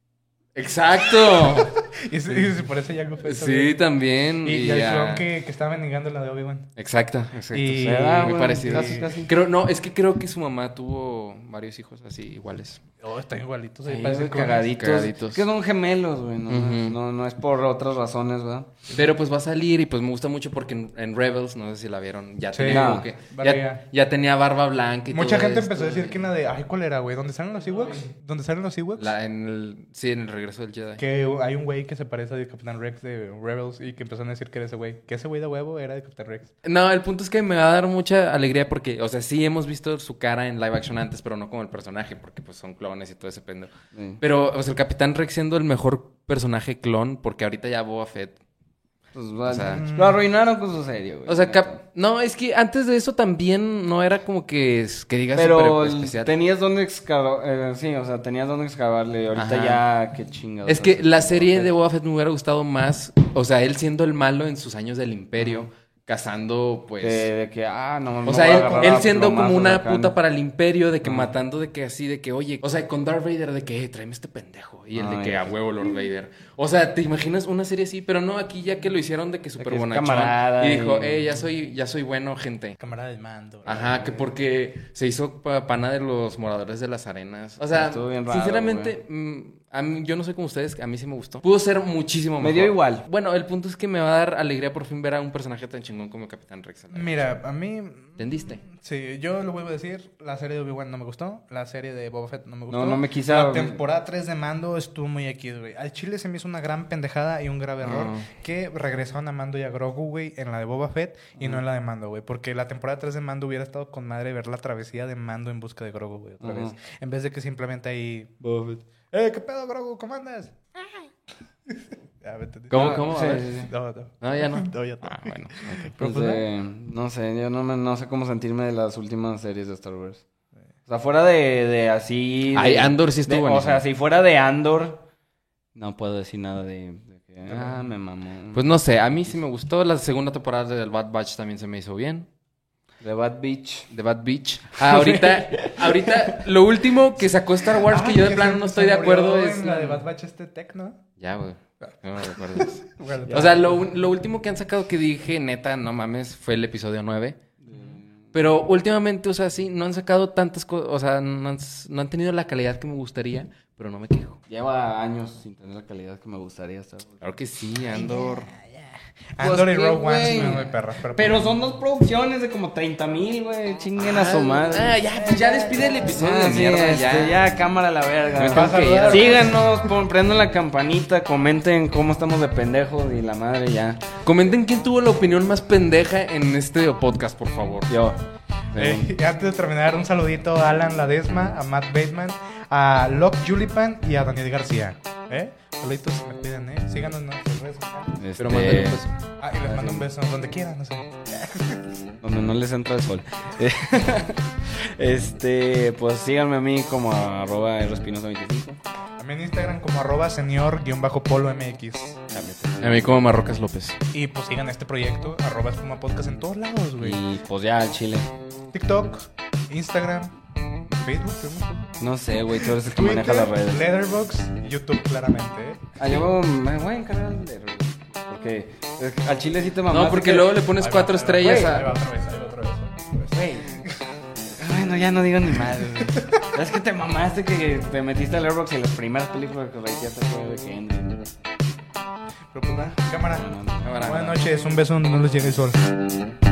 ¡Exacto! Y se parece a Jango Fett Sí, también. Y ya- al clon que estaba veningando la de Obi-Wan. Exacto. Y- ¿Será, muy güey? parecido. Casi, casi. Creo que su mamá tuvo varios hijos así iguales. Oh, están igualitos. Sí, parecen güey, clones. cagaditos. Que son gemelos, güey. No, Ujú. no es por otras razones, ¿verdad? Pero pues va a salir y pues me gusta mucho porque en Rebels, no sé si la vieron, ya Sí. tenía como No. que... Valía. Ya tenía barba blanca y Mucha todo gente esto. empezó a decir que en la de... Ay, ¿cuál era, güey? ¿Dónde salen los Ewoks? ¿Dónde salen los Ewoks? Sí, en el regreso del Jedi. Que hay un güey que se parece al Capitán Rex de Rebels y que empezaron a decir que era ese güey. Que ese güey de huevo era de Capitán Rex. No, el punto es que me va a dar mucha alegría porque, o sea, sí hemos visto su cara en live action antes, pero no como el personaje, porque pues son clones y todo ese pendejo. Sí. Pero, o sea, el Capitán Rex siendo el mejor personaje clon, porque ahorita ya Boba Fett. Pues, vale. sea- Lo arruinaron con su serie, güey. O sea, no, es que antes de eso también no era como que, que digas Pero súper especial. tenías donde excavar, sí, o sea, tenías donde excavarle. Ahorita Ajá. ya, qué chingados. Es que haces la con serie Boba de Fett. Boba Fett me hubiera gustado más, o sea, él siendo el malo en sus años del Imperio, cazando, pues... De que, no, O no sea, voy a él, agarrar él a siendo como plomazos una acá, puta ¿no? para el imperio, de que Ajá. matando, de que así, de que, oye, o sea, con Darth Vader, de que, tráeme este pendejo. Y el de Ay, que, a sí. huevo, Lord Vader. O sea, ¿te imaginas una serie así? Pero no, aquí ya que lo hicieron de que súper que es bonachón. camarada Y dijo, y- ya soy bueno, gente. Camarada del mando. Ajá, que porque se hizo pana de los moradores de las arenas. O sea, Estuvo bien raro, sinceramente, a mí, yo no sé como ustedes, a mí sí me gustó. Pudo ser muchísimo mejor. Me dio igual. Bueno, el punto es que me va a dar alegría por fin ver a un personaje tan chingón como Capitán Rex. Mira, a mí... ¿Entendiste? Sí, yo lo vuelvo a decir. La serie de Obi-Wan no me gustó. La serie de Boba Fett no me gustó. No me quise... La temporada 3 de Mando estuvo muy aquí, güey. Al chile se me hizo una gran pendejada y un grave error que regresaron a Mando y a Grogu, güey, en la de Boba Fett y no en la de Mando, güey. Porque la temporada 3 de Mando hubiera estado con madre ver la travesía de Mando en busca de Grogu, güey, otra vez. En vez de que simplemente ahí... Boba Fett. ¿Qué pedo, Grogu? ¿Cómo andas? Ya, me entendí. ¿Cómo? Sí, A ver. sí, sí. No, no. No, ya no. No, ya no. Ah, bueno. ok. Pero, Pues, pues, no sé, yo no sé cómo sentirme de las últimas series de Star Wars. O sea, fuera de así... Ay, Andor sí estuvo O buenísimo. sea, si fuera de Andor, no puedo decir nada de que... me mamó. Pues no sé, a mí sí me gustó. La segunda temporada del Bad Batch también se me hizo bien. The Bad Beach. The Bad Beach. Ahorita, lo último que sacó Star Wars, que yo de plano no estoy de acuerdo, es... En la de Bad Batch Tech, ¿no? Ya, güey. No me recuerdas. Bueno, O sea, lo último que han sacado que dije, neta, no mames, fue el episodio 9. Pero últimamente, o sea, sí, no han sacado tantas cosas, o sea, no han tenido la calidad que me gustaría, pero no me quejo. Lleva años sin tener la calidad que me gustaría Star Wars. Claro que sí, Andor. Andor y qué, Rogue One güey. sí me muy perras. Pero son dos producciones de como 30,000, güey. Chinguen a su madre. Ya, pues ya despide el episodio de Sí, mierda, ya, cámara a la verga. Me tengo que ir. Síganos, prendan la campanita, comenten cómo estamos de pendejos y la madre ya. Comenten quién tuvo la opinión más pendeja en este podcast, por favor. Yo. Y antes de terminar, un saludito a Alan Ladesma, a Matt Bateman, a Locke Julipan y a Daniel García. Saluditos si me piden, síganos en nuestras redes sociales. Pero mándale pues. Y les mando un beso donde quieran, no sé. Donde no les entra el sol. Pues síganme a mí como @erespinosa25. A mí en Instagram como @senior_polo_mx. A mí como Marrocas López. Y pues sigan este proyecto, @espumapodcast en todos lados, güey. Y pues ya al chile. TikTok, Instagram, Facebook, No sé, güey, tú eres el que Twitter, maneja las redes. Letterboxd, YouTube claramente, Yo me voy a encargar de... Porque al chile sí te mamaste. No, porque que- luego le pones 4 estrellas Ahí va a... otra vez, ahí va otra vez. Güey. Bueno, ya no digo ni madre, güey. Es que te mamaste que te metiste al Airbox y las primeras películas que registraste fue de Kenny. Pero pues va, cámara. No. Buenas noches, un beso donde no les llegue el sol.